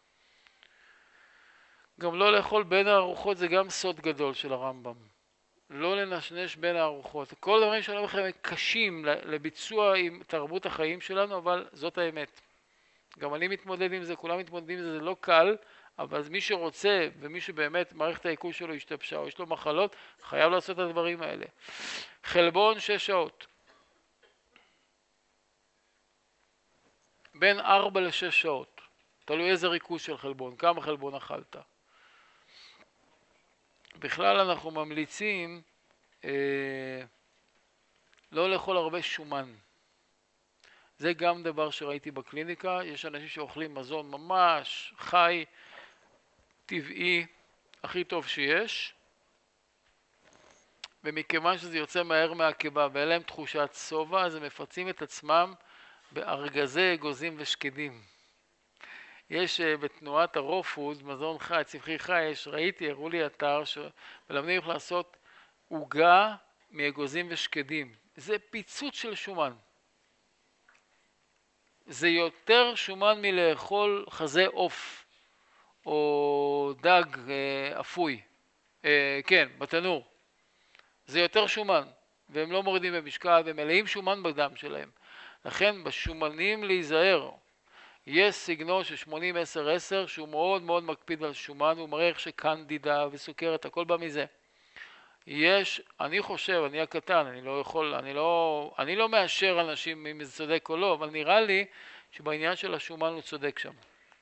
גם לא לאכול בין הארוחות, זה גם סוד גדול של הרמב"ם. לא לנשנש בין הארוחות. כל הדברים שאני אומר לכם הם קשים לביצוע עם תרבות החיים שלנו, אבל זאת האמת. גם אני מתמודד עם זה, כולם מתמודדים עם זה, זה לא קל, אבל מי שרוצה ומי שבאמת מערכת העיכול שלו השתבשה או יש לו מחלות, חייב לעשות את הדברים האלה. חלבון 6 שעות. בין 4 ל-6 שעות. תלוי איזה ריכוז של חלבון, כמה חלבון אכלת. בכלל אנחנו ממליצים לא לאכול הרבה שומן. זה גם דבר שראיתי בקליניקה, יש אנשים שאוכלים מזון ממש חי, טבעי, הכי טוב שיש, ומכיוון שזה יוצא מהר מהקיבה ואין להם תחושת סובה, אז הם מפצים את עצמם בארגזי אגוזים ושקדים. יש בתנועת הרו פוד, מזון חי, צמחי חי, ראיתי, הראו לי אתר שמלמדים איך לעשות עוגה מאגוזים ושקדים. זה פיצוץ של שומן. זה יותר שומן מלאכול חזה עוף או דג אפוי, כן, בתנור. זה יותר שומן, והם לא מורידים במשקל, והם מלאים שומן בדם שלהם. לכן בשומנים להיזהר. יש סגנון של 80-10-10 שהוא מאוד מאוד מקפיד על שומן, הוא מראה איך שקנדידה וסוכרת, הכל בא מזה. יש, אני חושב, אני הקטן, אני לא מאשר אנשים אם זה צודק או לא, אבל נראה לי שבעניין של השומן הוא צודק שם.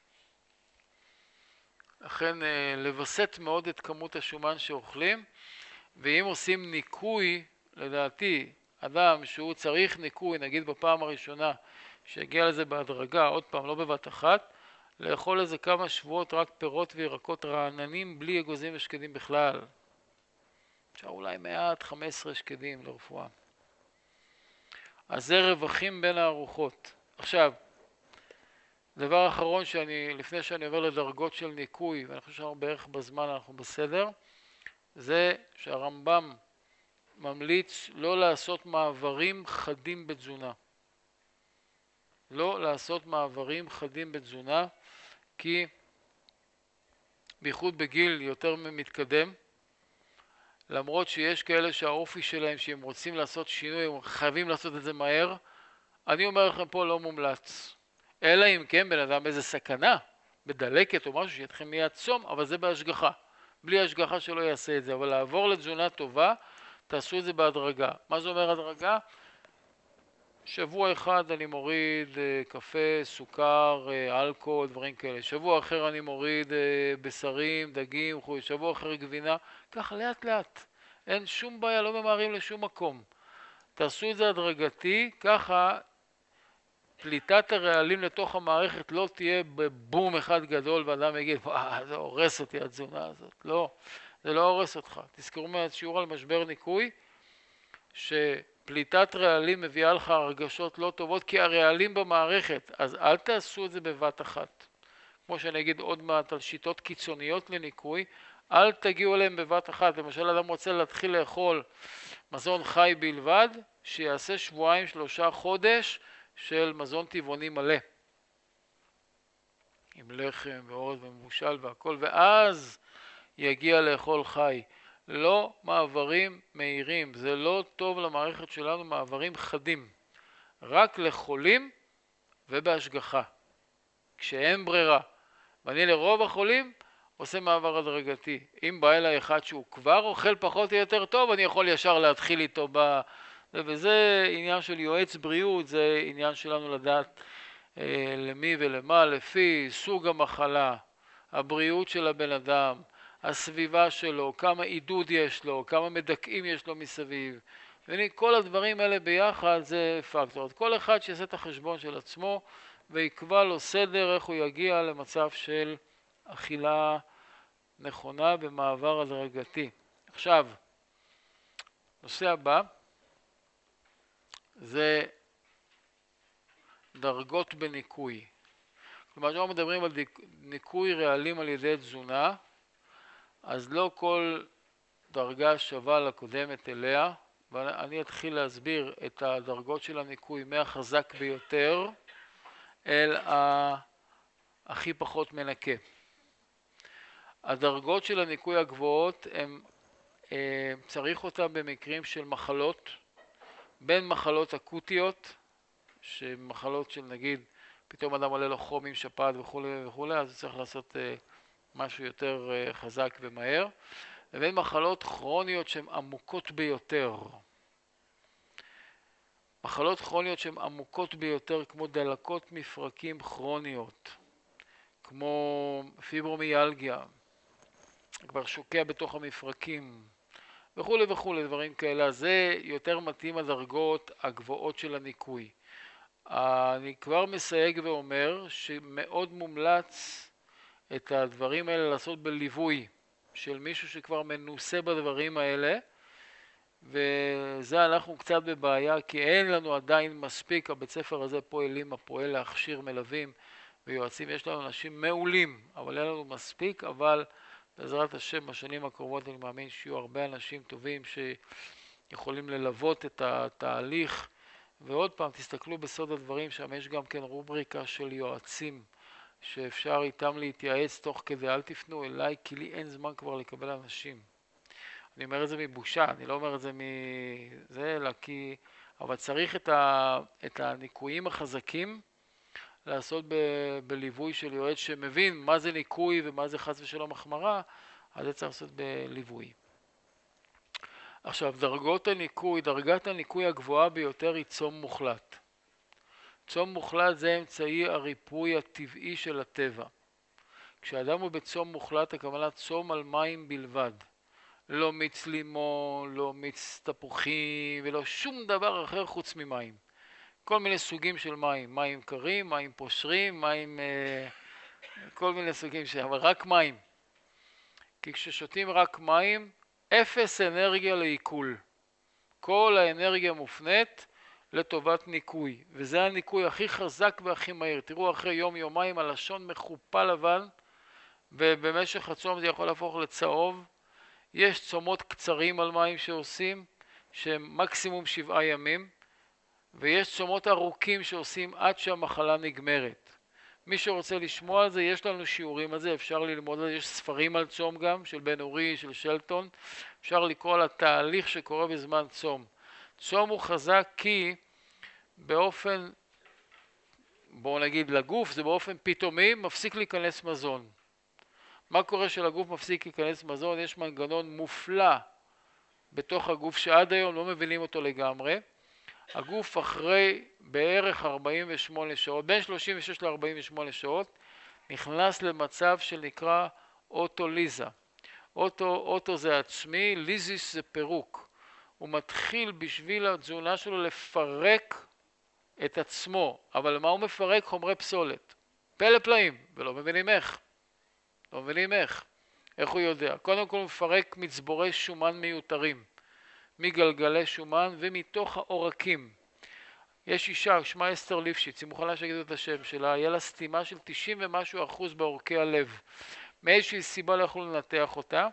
לכן לבסט מאוד את כמות השומן שאוכלים, ואם עושים ניקוי, לדעתי, אדם שהוא צריך ניקוי, נגיד בפעם הראשונה, שהגיע לזה בהדרגה, עוד פעם, לא בבת אחת, לאכול איזה כמה שבועות רק פירות וירקות רעננים, בלי אגוזים ושקדים בכלל. אפשר אולי 115 שקדים לרפואה. אז זה רווחים בין הארוחות. עכשיו, דבר אחרון לפני שאני עובר לדרגות של ניקוי, ואני חושב שאנחנו בערך בזמן, אנחנו בסדר, זה שהרמב"ם ממליץ לא לעשות מעברים חדים בתזונה. לא לעשות מעברים חדים בתזונה, כי בייחוד בגיל יותר מתקדם, למרות שיש כאלה שהאופי שלהם, שהם רוצים לעשות שינוי, הם חייבים לעשות את זה מהר, אני אומר לכם פה לא מומלץ. אלא אם כן בן אדם איזה סכנה, בדלקת או משהו שיתחיל מיד צום, אבל זה בהשגחה. בלי השגחה שלא יעשה את זה, אבל לעבור לתזונה טובה, תעשו את זה בהדרגה. מה זה אומר הדרגה? שבוע אחד אני מוריד קפה, סוכר, אלכוהול, דברים כאלה. שבוע אחר אני מוריד בשרים, דגים, שבוע אחר גבינה. ככה לאט לאט. אין שום בעיה, לא ממהרים לשום מקום. תעשו את זה הדרגתי, ככה פליטת הרעלים לתוך המערכת לא תהיה בבום אחד גדול ואדם יגיד, זה הורס אותי התזונה הזאת. לא, זה לא הורס אותך. תזכרו מהשיעור על משבר ניקוי, פליטת רעלים מביאה לך הרגשות לא טובות כי הרעלים במערכת, אז אל תעשו את זה בבת אחת. כמו שאני אגיד עוד מעט על שיטות קיצוניות לניקוי, אל תגיעו אליהם בבת אחת. למשל אדם רוצה להתחיל לאכול מזון חי בלבד, שיעשה 2-3 חודש של מזון טבעוני מלא. עם לחם ועוד ומבושל והכל, ואז יגיע לאכול חי. לא מעברים מהירים, זה לא טוב למערכת שלנו מעברים חדים, רק לחולים ובהשגחה, כשאין ברירה. ואני לרוב החולים עושה מעבר הדרגתי. אם בא אליי אחד שהוא כבר אוכל פחות או יותר טוב, אני יכול ישר להתחיל איתו וזה עניין של יועץ בריאות, זה עניין שלנו לדעת למי ולמה, לפי סוג המחלה, הבריאות של הבן אדם, הסביבה שלו, כמה עידוד יש לו, כמה מדכאים יש לו מסביב. כל הדברים האלה ביחד זה פקטור. כל אחד שיעשה את החשבון של עצמו ויקבע לו סדר איך הוא יגיע למצב של אכילה נכונה במעבר הדרגתי. עכשיו, נושא הבא זה דרגות בניקוי. כלומר, כשאנחנו מדברים על ניקוי רעלים על ידי תזונה, אז לא כל דרגה שווה לקודמת אליה, ואני אתחיל להסביר את הדרגות של הניקוי מהחזק ביותר אל הכי פחות מנקה. הדרגות של הניקוי הגבוהות, צריך אותן במקרים של מחלות, בין מחלות אקוטיות, שמחלות של נגיד, פתאום אדם עולה לו חום עם שפעת וכו' וכו', אז צריך לעשות משהו יותר חזק ומהר, לבין מחלות כרוניות שהן עמוקות ביותר. מחלות כרוניות שהן עמוקות ביותר, כמו דלקות מפרקים כרוניות, כמו פיברומיאלגיה, כבר שוקע בתוך המפרקים, וכו' וכו', דברים כאלה. זה יותר מתאים הדרגות הגבוהות של הניקוי. אני כבר מסייג ואומר שמאוד מומלץ את הדברים האלה לעשות בליווי של מישהו שכבר מנוסה בדברים האלה, וזה אנחנו קצת בבעיה, כי אין לנו עדיין מספיק, הבית ספר הזה פועל להכשיר מלווים ויועצים, יש לנו אנשים מעולים, אבל אין לנו מספיק, אבל בעזרת השם בשנים הקרובות אני מאמין שיהיו הרבה אנשים טובים שיכולים ללוות את התהליך. ועוד פעם, תסתכלו בסוד הדברים, שם יש גם כן רובריקה של יועצים שאפשר איתם להתייעץ תוך כדי, אל תפנו אליי כי לי אין זמן כבר לקבל אנשים. אני אומר את זה מבושה, אני לא אומר את זה מזה, אלא כי... אבל צריך את הניקויים החזקים לעשות בליווי של יועץ שמבין מה זה ניקוי ומה זה חס ושלום החמרה, אז זה צריך לעשות בליווי. עכשיו, דרגות הניקוי, דרגת הניקוי הגבוהה ביותר היא צום מוחלט. צום מוחלט זה אמצעי הריפוי הטבעי של הטבע. כשאדם הוא בצום מוחלט, הכוונה צום על מים בלבד. לא מיץ לימון, לא מיץ תפוחים, ולא שום דבר אחר חוץ ממים. כל מיני סוגים של מים, מים קרים, מים פושרים, מים, כל מיני סוגים אבל רק מים. כי כששותים רק מים, אפס אנרגיה לעיכול. כל האנרגיה מופנית לטובת ניקוי, וזה הניקוי הכי חזק והכי מהיר. תראו, אחרי יום-יומיים הלשון מחופה לבן, ובמשך הצום זה יכול להפוך לצהוב. יש צומות קצרים על מים שעושים, שהם מקסימום 7 ימים, ויש צומות ארוכים שעושים עד שהמחלה נגמרת. מי שרוצה לשמוע על זה, יש לנו שיעורים על זה, אפשר ללמוד על זה, יש ספרים על צום גם, של בן אורי, של שלטון, אפשר לקרוא על התהליך שקורה בזמן צום. צום הוא חזק כי באופן, בואו נגיד לגוף, זה באופן פתאומי, מפסיק להיכנס מזון. מה קורה שלגוף מפסיק להיכנס מזון? יש מנגנון מופלא בתוך הגוף שעד היום לא מבינים אותו לגמרי. הגוף אחרי בערך 48 שעות, בין 36 ל-48 שעות, נכנס למצב שנקרא אוטוליזה. אוטו זה עצמי, ליזיס זה פירוק. הוא מתחיל בשביל התזונה שלו לפרק את עצמו, אבל מה הוא מפרק? חומרי פסולת. פלא פלאים, ולא מבינים איך. לא מבינים איך. איך הוא יודע? קודם כל הוא מפרק מצבורי שומן מיותרים, מגלגלי שומן ומתוך העורקים. יש אישה, שמה אסתר ליפשיץ, היא מוכנה שיגידו את השם שלה, היה לה סתימה של 90 ומשהו אחוז בעורקי הלב. מאיזושהי סיבה לא יכלו לנתח אותה.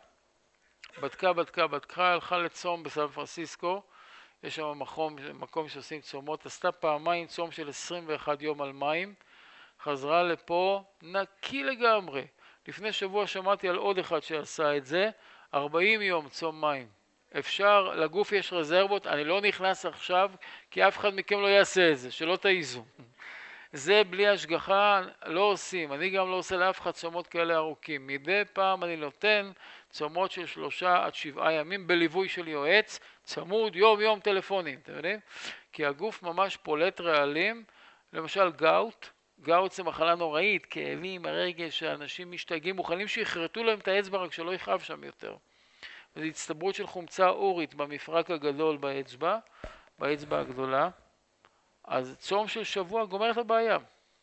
בדקה, הלכה לצום בסן פרנסיסקו, יש שם מקום שעושים צומות, עשתה פעמיים צום של 21 יום על מים, חזרה לפה נקי לגמרי. לפני שבוע שמעתי על עוד אחד שעשה את זה, 40 יום צום מים. אפשר, לגוף יש רזרבות, אני לא נכנס עכשיו, כי אף אחד מכם לא יעשה את זה, שלא תעיזו. זה בלי השגחה לא עושים, אני גם לא עושה לאף אחד צומות כאלה ארוכים. מדי פעם אני נותן צומות של 3 עד 7 ימים בליווי של יועץ, צמוד יום יום טלפונים, אתם יודעים? כי הגוף ממש פולט רעלים, למשל גאוט זה מחלה נוראית, כאבים, הרגש, שאנשים משתגעים, מוכנים שיחרטו להם את האצבע רק שלא יכאב שם יותר. זו הצטברות של חומצה אורית במפרק הגדול באצבע הגדולה. אז צום של שבוע גומר את הבעיה.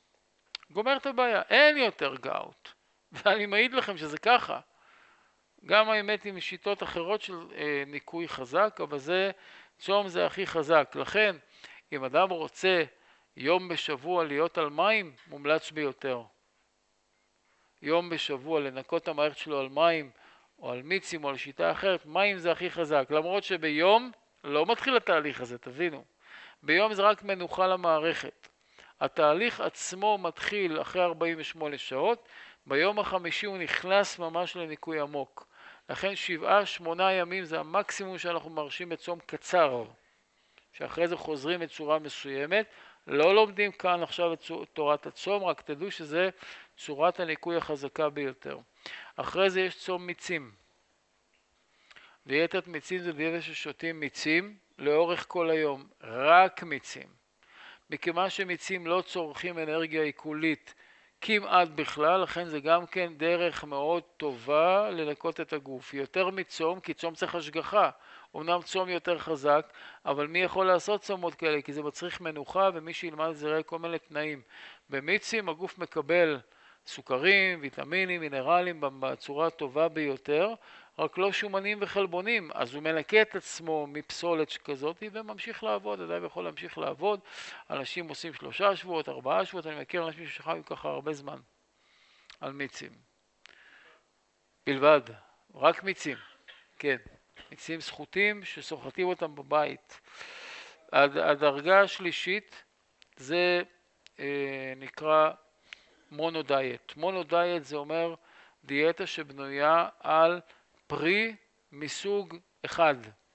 אין יותר גאוט. ואני מעיד לכם שזה ככה. גם האמת עם שיטות אחרות של ניקוי חזק, אבל צום זה הכי חזק. לכן, אם אדם רוצה יום בשבוע להיות על מים, מומלץ ביותר. יום בשבוע לנקות את המערכת שלו על מים, או על מיצים, או על שיטה אחרת, מים זה הכי חזק. למרות שביום לא מתחיל התהליך הזה, תבינו. ביום זה רק מנוחה למערכת. התהליך עצמו מתחיל אחרי 48 שעות, ביום החמישי הוא נכנס ממש לניקוי עמוק. לכן 7-8 ימים זה המקסימום שאנחנו מרשים בצום קצר, שאחרי זה חוזרים בצורה מסוימת. לא לומדים כאן עכשיו את תורת הצום, רק תדעו שזה צורת הניקוי החזקה ביותר. אחרי זה יש צום מיצים. דיאטת מיצים זה דיאטה ששותים מיצים לאורך כל היום, רק מיצים. מכיוון שמיצים לא צורכים אנרגיה עיכולית כמעט בכלל, לכן זה גם כן דרך מאוד טובה לנקות את הגוף. יותר מצום, כי צום צריך השגחה. אומנם צום יותר חזק, אבל מי יכול לעשות צומות כאלה? כי זה מצריך מנוחה, ומי שילמד זה ראה כל מיני תנאים. במיצים הגוף מקבל סוכרים, ויטמינים, מינרלים בצורה הטובה ביותר, רק לא שומנים וחלבונים, אז הוא מנקה את עצמו מפסולת שכזאת וממשיך לעבוד, אדם יכול להמשיך לעבוד. אנשים עושים 3 שבועות, 4 שבועות, אני מכיר אנשים שחיו ככה הרבה זמן על מיצים. בלבד, רק מיצים, כן, מיצים סחוטים שסוחטים אותם בבית. הדרגה השלישית זה נקרא מונודיאט. מונודיאט זה אומר דיאטה שבנויה על פרי מסוג אחד.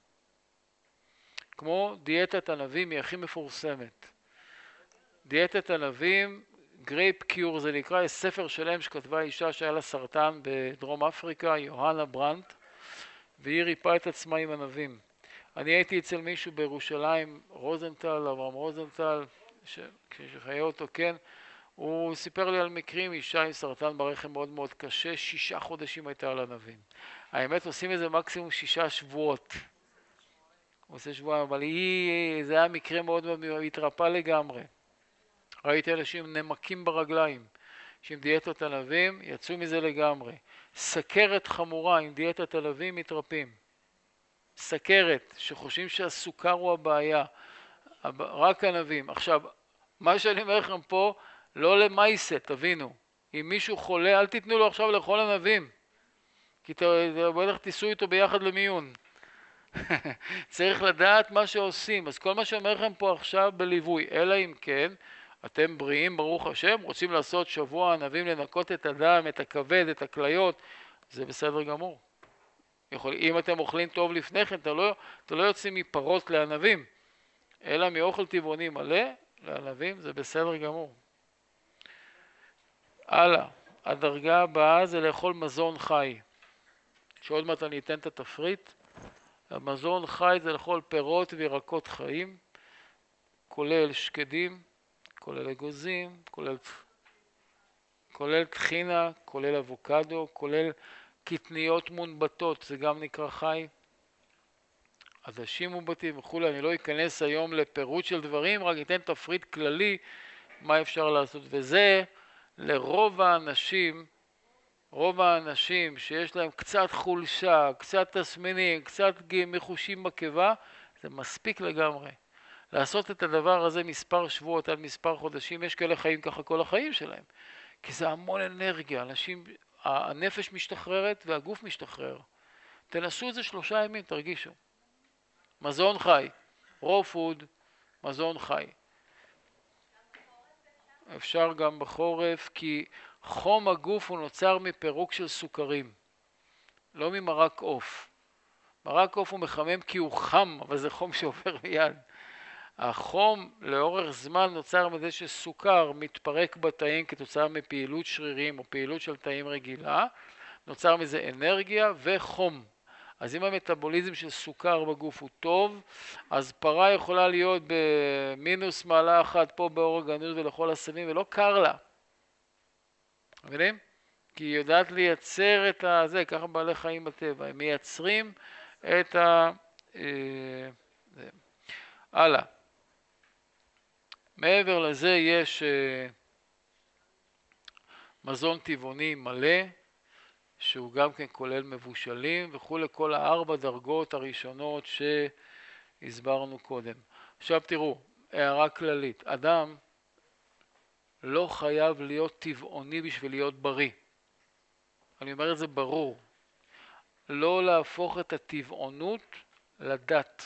כמו דיאטת ענבים היא הכי מפורסמת. דיאטת ענבים, גרייפ קיור זה נקרא, יש ספר שלם שכתבה אישה שהיה לה סרטן בדרום אפריקה, יוהנה ברנט, והיא ריפאה את עצמה עם ענבים. אני הייתי אצל מישהו בירושלים, אברהם רוזנטל, כשחיה אותו, כן, הוא סיפר לי על מקרים, אישה עם סרטן ברחם מאוד מאוד קשה, 6 חודשים הייתה על ענבים. האמת עושים איזה מקסימום 6 שבועות. הוא עושה שבועיים, אבל זה היה מקרה מאוד מאוד, היא התרפאה לגמרי. ראיתי אנשים נמקים ברגליים, שעם דיאטת ענבים יצאו מזה לגמרי. סכרת חמורה עם דיאטת ענבים מתרפים. סכרת, שחושבים שהסוכר הוא הבעיה, רק ענבים. עכשיו, מה שאני אומר לכם פה, לא למייסה, תבינו. אם מישהו חולה, אל תיתנו לו עכשיו לאכול ענבים. כי בטח תיסעו איתו ביחד למיון. צריך לדעת מה שעושים. אז כל מה שאומר לכם פה עכשיו בליווי, אלא אם כן, אתם בריאים ברוך השם, רוצים לעשות שבוע ענבים, לנקות את הדם, את הכבד, את הכליות, זה בסדר גמור. אם אתם אוכלים טוב לפני כן, אתם לא יוצאים מפרות לענבים, אלא מאוכל טבעוני מלא לענבים, זה בסדר גמור. הלאה, הדרגה הבאה זה לאכול מזון חי. שעוד מעט אני אתן את התפריט. המזון חי זה לאכול פירות וירקות חיים, כולל שקדים, כולל אגוזים, כולל טחינה, כולל אבוקדו, כולל קטניות מונבטות, זה גם נקרא חי. עדשים מונבטים וכולי, אני לא אכנס היום לפירוט של דברים, רק אתן תפריט כללי מה אפשר לעשות. וזה לרוב האנשים, רוב האנשים שיש להם קצת חולשה, קצת תסמינים, קצת מחושים בקיבה, זה מספיק לגמרי. לעשות את הדבר הזה מספר שבועות עד מספר חודשים, יש כאלה חיים ככה כל החיים שלהם. כי זה המון אנרגיה, אנשים, הנפש משתחררת והגוף משתחרר. תנסו את זה 3 ימים, תרגישו. מזון חי, raw food, מזון חי. אפשר גם בחורף, כי חום הגוף הוא נוצר מפירוק של סוכרים, לא ממרק עוף. מרק עוף הוא מחמם כי הוא חם, אבל זה חום שעובר מיד. החום לאורך זמן נוצר מזה שסוכר מתפרק בתאים כתוצאה מפעילות שרירים או פעילות של תאים רגילה, נוצר מזה אנרגיה וחום. אז אם המטאבוליזם של סוכר בגוף הוא טוב, אז פרה יכולה להיות במינוס מעלה אחת פה באורגנות ולכל הסבים ולא קר לה. מבינים? כי היא יודעת לייצר את זה, ככה בעלי חיים בטבע, הם מייצרים את זה. הלאה. מעבר לזה יש מזון טבעוני מלא, שהוא גם כן כולל מבושלים וכו', לכל 4 דרגות הראשונות שהסברנו קודם. עכשיו תראו, הערה כללית, אדם לא חייב להיות טבעוני בשביל להיות בריא. אני אומר את זה ברור. לא להפוך את הטבעונות לדת.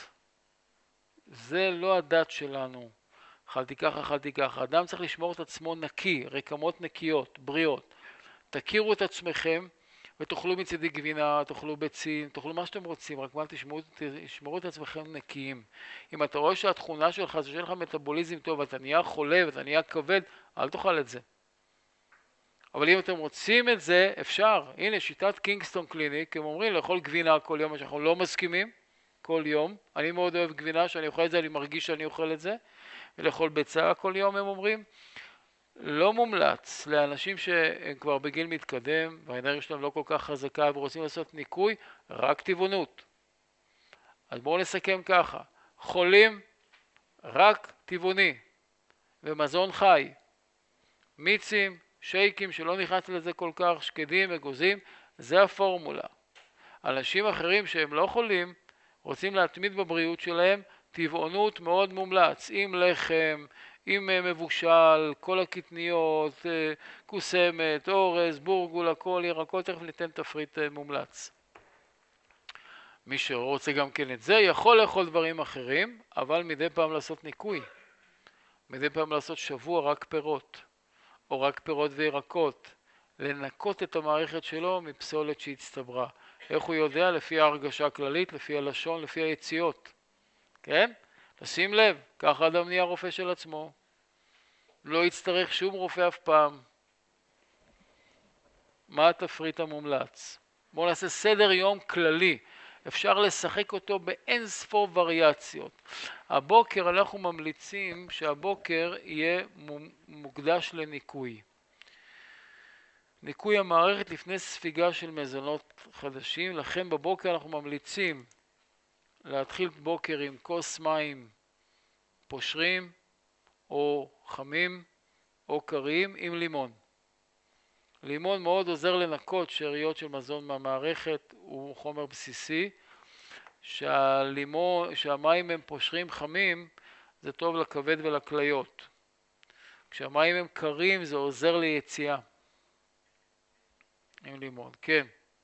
זה לא הדת שלנו. אכלתי ככה, אכלתי ככה. אדם צריך לשמור את עצמו נקי, רקמות נקיות, בריאות. תכירו את עצמכם ותאכלו מצידי גבינה, תאכלו ביצים, תאכלו מה שאתם רוצים, רק מה תשמרו את עצמכם נקיים. אם אתה רואה שהתכונה שלך זה שיהיה לך מטאבוליזם טוב ואתה נהיה חולה ואתה נהיה כבד, אל תאכל את זה. אבל אם אתם רוצים את זה, אפשר. הנה, שיטת קינגסטון קליניק, הם אומרים לאכול גבינה כל יום, שאנחנו לא מסכימים, כל יום. אני מאוד אוהב גבינה, שאני אוכל את זה, אני מרגיש שאני אוכל את זה. ולאכול ביצה כל יום, הם אומרים. לא מומלץ לאנשים שהם כבר בגיל מתקדם, והאנרגיה שלהם לא כל כך חזקה ורוצים לעשות ניקוי, רק טבעונות. אז בואו נסכם ככה. חולים, רק טבעוני. ומזון חי. מיצים, שייקים שלא נכנס לזה כל כך, שקדים וגוזים, זה הפורמולה. אנשים אחרים שהם לא חולים, רוצים להתמיד בבריאות שלהם, טבעונות מאוד מומלץ, עם לחם, עם מבושל, כל הקטניות, קוסמת, אורז, בורגול, הכל, ירקות, תכף ניתן תפריט מומלץ. מי שרוצה גם כן את זה, יכול לאכול דברים אחרים, אבל מדי פעם לעשות ניקוי. מדי פעם לעשות שבוע רק פירות. או רק פירות וירקות, לנקות את המערכת שלו מפסולת שהצטברה. איך הוא יודע? לפי ההרגשה הכללית, לפי הלשון, לפי היציאות. כן? תשים לב, ככה אדם נהיה רופא של עצמו. לא יצטרך שום רופא אף פעם. מה התפריט המומלץ? בואו נעשה סדר יום כללי. אפשר לשחק אותו באין ספור וריאציות. הבוקר אנחנו ממליצים שהבוקר יהיה מוקדש לניקוי. ניקוי המערכת לפני ספיגה של מזונות חדשים, לכן בבוקר אנחנו ממליצים להתחיל בוקר עם כוס מים פושרים או חמים או קרים עם לימון. לימון מאוד עוזר לנקות שאריות של מזון מהמערכת, הוא חומר בסיסי. שהמים הם פושרים חמים, זה טוב לכבד ולכליות. כשהמים הם קרים, זה עוזר ליציאה. עם לימון, כן.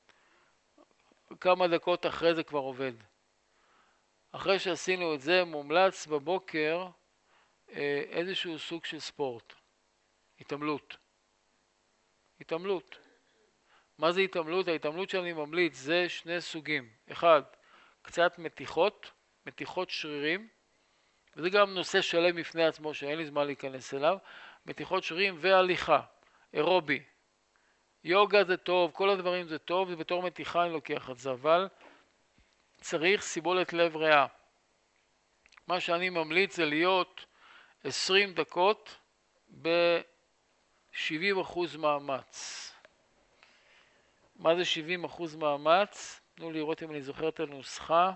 כמה דקות אחרי זה כבר עובד. אחרי שעשינו את זה, מומלץ בבוקר איזשהו סוג של ספורט. התעמלות. התעמלות. מה זה התעמלות? ההתעמלות שאני ממליץ זה 2 סוגים. אחד, קצת מתיחות שרירים, וזה גם נושא שלם בפני עצמו שאין לי זמן להיכנס אליו, מתיחות שרירים והליכה, אירובי. יוגה זה טוב, כל הדברים זה טוב, זה בתור מתיחה אני לוקח את זה, אבל צריך סיבולת לב ריאה. מה שאני ממליץ זה להיות 20 דקות ב-70% מאמץ. מה זה 70% מאמץ? תנו לראות אם אני זוכר את הנוסחה.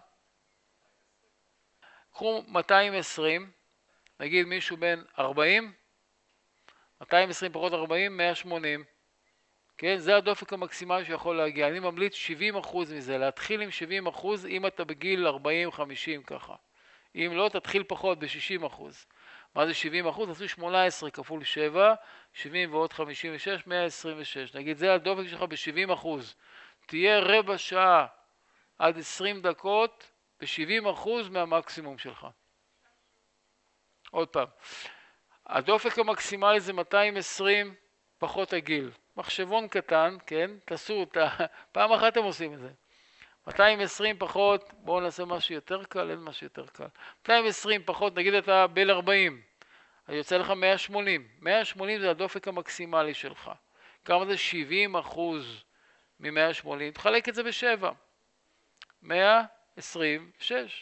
קחו 220, נגיד מישהו בין 40, 220 פחות 40, 180. כן, זה הדופק המקסימלי שיכול להגיע. אני ממליץ 70% מזה, להתחיל עם 70% אם אתה בגיל 40-50 ככה. אם לא, תתחיל פחות ב-60%. מה זה 70%? עשו 18 כפול 7, 70 ועוד 56, 126. נגיד, זה הדופק שלך ב-70%. תהיה רבע שעה עד 20 דקות ב-70% מהמקסימום שלך. עוד פעם. הדופק המקסימלי זה 220 פחות הגיל. מחשבון קטן, כן? תעשו אותה. פעם אחת אתם עושים את זה. 220 פחות, בואו נעשה משהו יותר קל, אין משהו יותר קל. 220 פחות, נגיד אתה בל 40, אז יוצא לך 180. 180 זה הדופק המקסימלי שלך. כמה זה 70% מ-180? תחלק את זה ב-7. 126.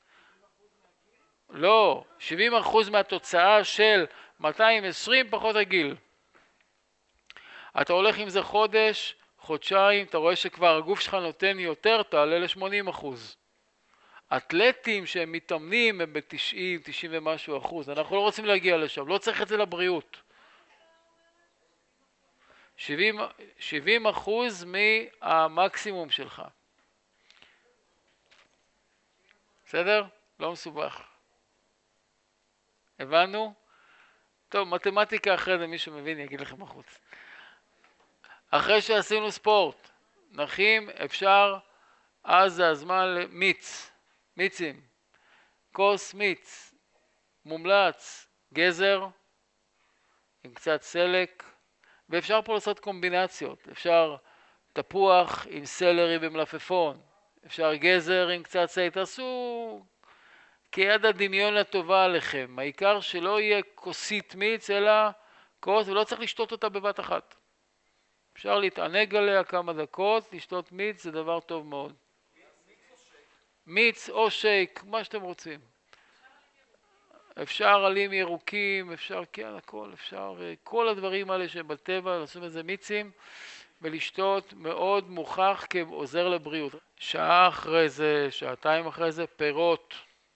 לא, 70% מהתוצאה של 220 פחות הגיל. אתה הולך עם זה חודש, חודשיים, אתה רואה שכבר הגוף שלך נותן יותר, תעלה ל-80%. אתלטים שהם מתאמנים הם ב-90, 90 ומשהו אחוז. אנחנו לא רוצים להגיע לשם, לא צריך את זה לבריאות. 70% מהמקסימום שלך. בסדר? לא מסובך. הבנו? טוב, מתמטיקה אחרי זה, מי שמבין יגיד לכם בחוץ. אחרי שעשינו ספורט, נחים, אפשר, אז זה הזמן למיץ, מיצים, כוס מיץ, מומלץ, גזר, עם קצת סלק, ואפשר פה לעשות קומבינציות, אפשר תפוח עם סלרי ומלפפון, אפשר גזר עם קצת סלק, תעשו כיד הדמיון הטובה עליכם, העיקר שלא יהיה כוסית מיץ, אלא כוס, ולא צריך לשתות אותה בבת אחת. אפשר להתענג עליה כמה דקות, לשתות מיץ זה דבר טוב מאוד. מיץ או שייק, מה שאתם רוצים. אפשר עלים ירוקים, אפשר כן הכל, אפשר כל הדברים האלה שבטבע, לעשות איזה מיצים ולשתות מאוד מוכח כעוזר לבריאות. שעה אחרי זה, שעתיים אחרי זה, פירות.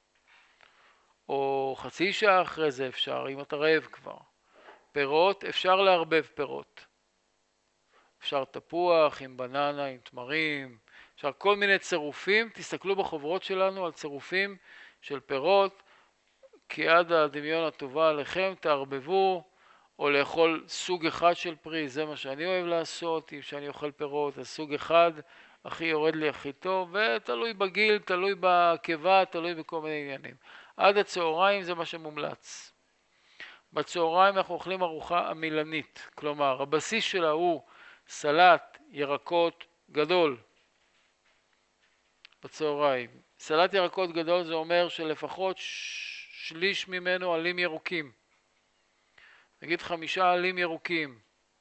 או חצי שעה אחרי זה אפשר, אם אתה רעב כבר. פירות, אפשר לערבב פירות. אפשר תפוח עם בננה, עם תמרים, אפשר כל מיני צירופים, תסתכלו בחוברות שלנו על צירופים של פירות, כי עד הדמיון הטובה עליכם תערבבו, או לאכול סוג אחד של פרי, זה מה שאני אוהב לעשות, אם שאני אוכל פירות, אז סוג אחד הכי יורד לי הכי טוב, ותלוי בגיל, תלוי בקיבה, תלוי בכל מיני עניינים. עד הצהריים זה מה שמומלץ. בצהריים אנחנו אוכלים ארוחה עמילנית, כלומר הבסיס שלה הוא סלט ירקות גדול בצהריים. סלט ירקות גדול זה אומר שלפחות שליש ממנו עלים ירוקים. נגיד 5 עלים ירוקים.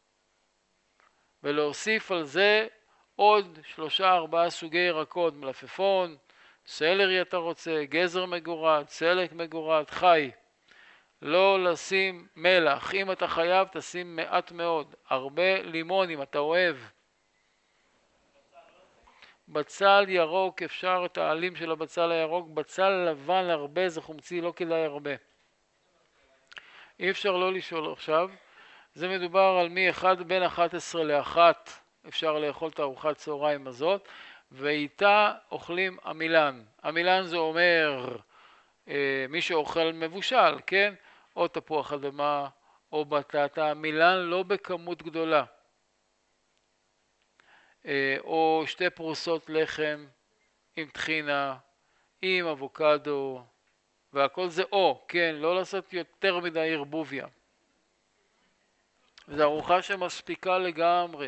ולהוסיף על זה עוד 3-4 סוגי ירקות, מלפפון, סלרי אתה רוצה, גזר מגורד, סלק מגורד, חי. לא לשים מלח, אם אתה חייב תשים מעט מאוד, הרבה לימון אם אתה אוהב. בצל ירוק, אפשר את העלים של הבצל הירוק, בצל לבן הרבה זה חומצי, לא כדאי הרבה. אי אפשר לא לשאול עכשיו, זה מדובר על בין 11 ל-1, אפשר לאכול את הארוחת צהריים הזאת, ואיתה אוכלים עמילן. עמילן זה אומר מי שאוכל מבושל, כן? או תפוח אדמה או בטטה, עמילן לא בכמות גדולה. או 2 פרוסות לחם עם טחינה, עם אבוקדו, והכל זה או, כן, לא לעשות יותר מדי ערבוביה. זו ארוחה שמספיקה לגמרי.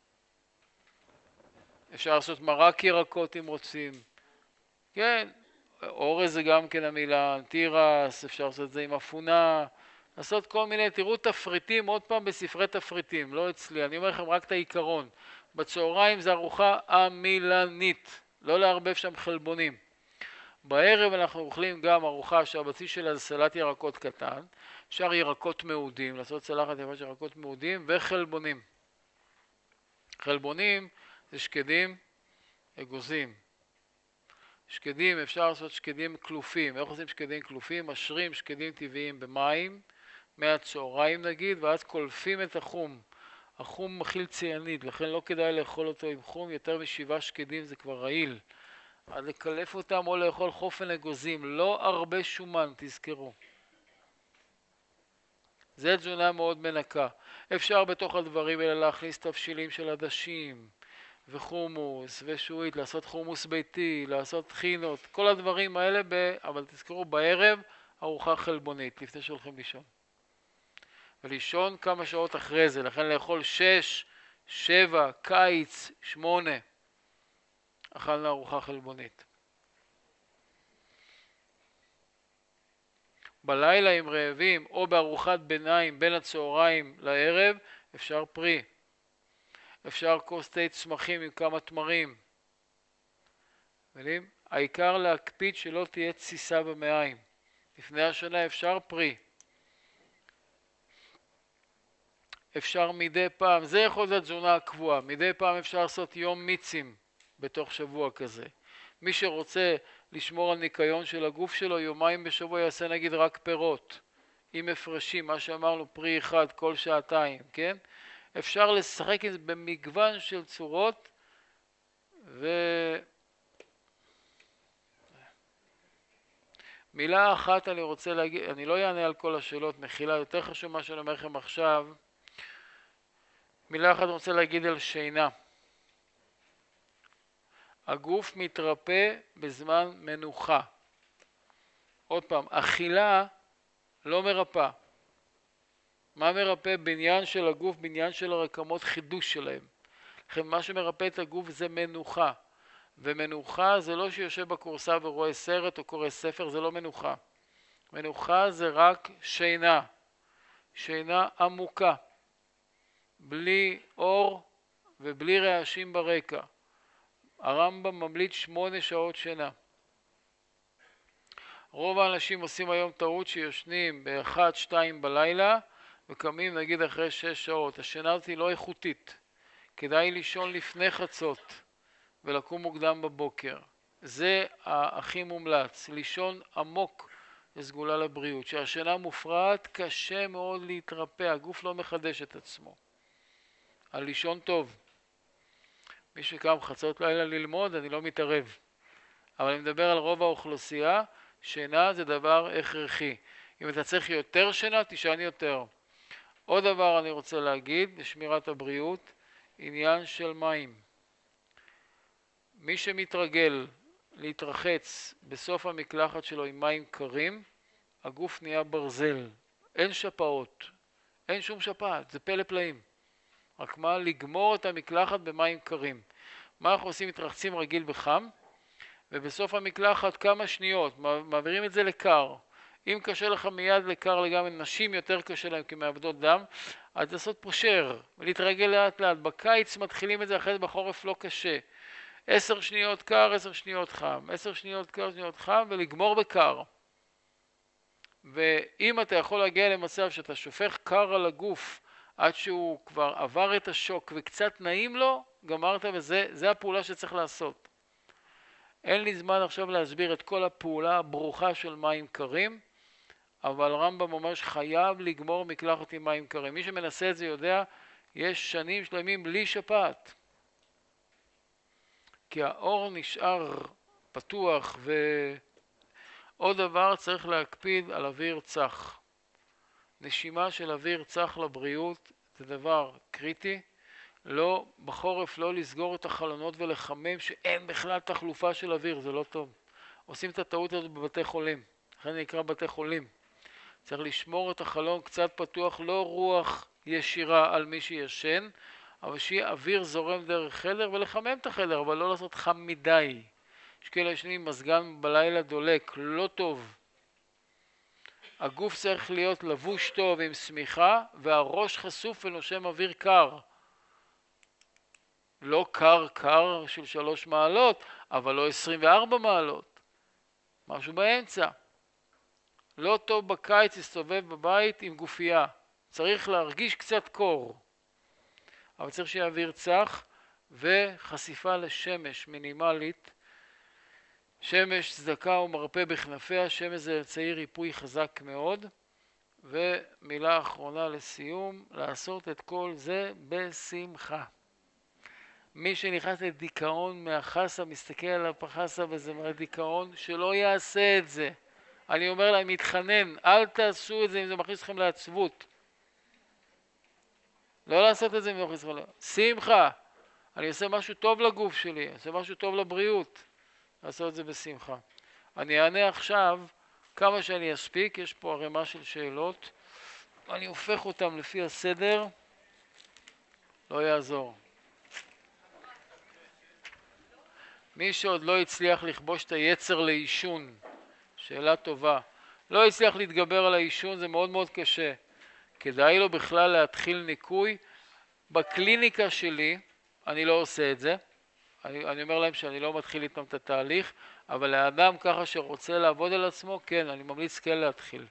אפשר לעשות מרק ירקות אם רוצים. כן, אורז זה גם כן עמילן, תירס, אפשר לעשות את זה עם אפונה, לעשות כל מיני, תראו תפריטים, עוד פעם בספרי תפריטים, לא אצלי, אני אומר לכם רק את העיקרון. בצהריים זה ארוחה עמילנית, לא לערבב שם חלבונים. בערב אנחנו אוכלים גם ארוחה שהבסיס שלה זה סלט ירקות קטן, אפשר ירקות מעודים, לעשות צלחת יפה של ירקות מעודים וחלבונים. חלבונים זה שקדים אגוזים. שקדים, אפשר לעשות שקדים כלופים. איך עושים שקדים כלופים? משרים שקדים טבעיים במים, מהצהריים נגיד, ואז קולפים את החום. החום מכיל ציאניד, לכן לא כדאי לאכול אותו עם חום, יותר מ7 שקדים זה כבר רעיל. אז לקלף אותם או לאכול חופן אגוזים, לא הרבה שומן, תזכרו. זה תזונה מאוד מנקה. אפשר בתוך הדברים האלה להכניס תבשילים של עדשים, וחומוס, ושועית, לעשות חומוס ביתי, לעשות טחינות, כל הדברים האלה, אבל תזכרו, בערב ארוחה חלבונית, לפני שהולכים לישון. ולישון כמה שעות אחרי זה, לכן לאכול 6, 7, קיץ, 8. אכלנו ארוחה חלבונית. בלילה אם רעבים או בארוחת ביניים בין הצהריים לערב אפשר פרי. אפשר כוס תה צמחים עם כמה תמרים. מבינים? העיקר להקפיד שלא תהיה תסיסה במעיים. לפני השנה אפשר פרי. אפשר מדי פעם, זה יכול להיות תזונה הקבועה, מדי פעם אפשר לעשות יום מיצים בתוך שבוע כזה. מי שרוצה לשמור על ניקיון של הגוף שלו, יומיים בשבוע יעשה נגיד רק פירות, עם הפרשים, מה שאמרנו פרי אחד כל שעתיים, כן? אפשר לשחק את זה במגוון של צורות, מילה אחת אני רוצה להגיד, אני לא אענה על כל השאלות, מחילה, יותר חשוב מה שאני אומר לכם עכשיו. מילה אחת אני רוצה להגיד על שינה. הגוף מתרפא בזמן מנוחה. עוד פעם, אכילה לא מרפא. מה מרפא? בניין של הגוף, בניין של הרקמות, חידוש שלהם. לכן מה שמרפא את הגוף זה מנוחה. ומנוחה זה לא שיושב בקורסה ורואה סרט או קורא ספר, זה לא מנוחה. מנוחה זה רק שינה. שינה עמוקה. בלי אור ובלי רעשים ברקע. הרמב"ם ממליץ 8 שעות שינה. רוב האנשים עושים היום טעות שיושנים ב-1-2 בלילה וקמים נגיד אחרי 6 שעות. השינה הזאת היא לא איכותית. כדאי לישון לפני חצות ולקום מוקדם בבוקר. זה הכי מומלץ. לישון עמוק זה סגולה לבריאות. כשהשינה מופרעת קשה מאוד להתרפא. הגוף לא מחדש את עצמו. על לישון טוב. מי שקם חצות לילה ללמוד, אני לא מתערב. אבל אני מדבר על רוב האוכלוסייה, שינה זה דבר הכרחי. אם אתה צריך יותר שינה, תישן יותר. עוד דבר אני רוצה להגיד, לשמירת הבריאות, עניין של מים. מי שמתרגל להתרחץ בסוף המקלחת שלו עם מים קרים, הגוף נהיה ברזל. אין שפעות. אין שום שפעת, זה פלא פלאים. רק מה? לגמור את המקלחת במים קרים. מה אנחנו עושים? מתרחצים רגיל בחם, ובסוף המקלחת כמה שניות, מעבירים את זה לקר. אם קשה לך מיד לקר לגמרי, נשים יותר קשה להם כי מעבדות דם, אז לעשות פושר ולהתרגל לאט לאט. בקיץ מתחילים את זה, אחרי זה בחורף לא קשה. 10 שניות קר, 10 שניות חם, 10 שניות קר, 10 שניות חם, ולגמור בקר. ואם אתה יכול להגיע למצב שאתה שופך קר על הגוף, עד שהוא כבר עבר את השוק וקצת נעים לו, גמרת, וזה הפעולה שצריך לעשות. אין לי זמן עכשיו להסביר את כל הפעולה הברוכה של מים קרים, אבל רמב"ם אומר שחייב לגמור מקלחת עם מים קרים. מי שמנסה את זה יודע, יש שנים שלמים בלי שפעת. כי האור נשאר פתוח, ועוד דבר צריך להקפיד על אוויר צח. נשימה של אוויר צח לבריאות זה דבר קריטי. לא, בחורף לא לסגור את החלונות ולחמם שאין בכלל תחלופה של אוויר, זה לא טוב. עושים את הטעות הזאת בבתי חולים, לכן נקרא בתי חולים. צריך לשמור את החלון קצת פתוח, לא רוח ישירה על מי שישן, אבל שיהיה אוויר זורם דרך חדר ולחמם את החדר, אבל לא לעשות חם מדי. יש כאלה ישנים מזגן בלילה דולק, לא טוב. הגוף צריך להיות לבוש טוב עם סמיכה, והראש חשוף ונושם אוויר קר. לא קר של 3 מעלות, אבל לא 24 מעלות. משהו באמצע. לא טוב בקיץ להסתובב בבית עם גופייה. צריך להרגיש קצת קור. אבל צריך שיהיה אוויר צח וחשיפה לשמש מינימלית. שמש צדקה ומרפא בכנפיה, שמש זה אמצעי ריפוי חזק מאוד. ומילה אחרונה לסיום, לעשות את כל זה בשמחה. מי שנכנס לדיכאון מהחסה, מסתכל על הפחסה וזה מהדיכאון, שלא יעשה את זה. אני אומר להם, מתחנן, אל תעשו את זה אם זה מכניס לכם לעצבות. לא לעשות את זה אם זה מכניס לכם לעצבות. שמחה, אני עושה משהו טוב לגוף שלי, אני עושה משהו טוב לבריאות. לעשות את זה בשמחה. אני אענה עכשיו כמה שאני אספיק, יש פה ערימה של שאלות. אני הופך אותם לפי הסדר, לא יעזור. מי שעוד לא הצליח לכבוש את היצר לעישון, שאלה טובה, לא הצליח להתגבר על העישון, זה מאוד מאוד קשה. כדאי לו בכלל להתחיל ניקוי. בקליניקה שלי אני לא עושה את זה, אני אומר להם שאני לא מתחיל איתם את התהליך, אבל לאדם ככה שרוצה לעבוד על עצמו, כן, אני ממליץ כן להתחיל.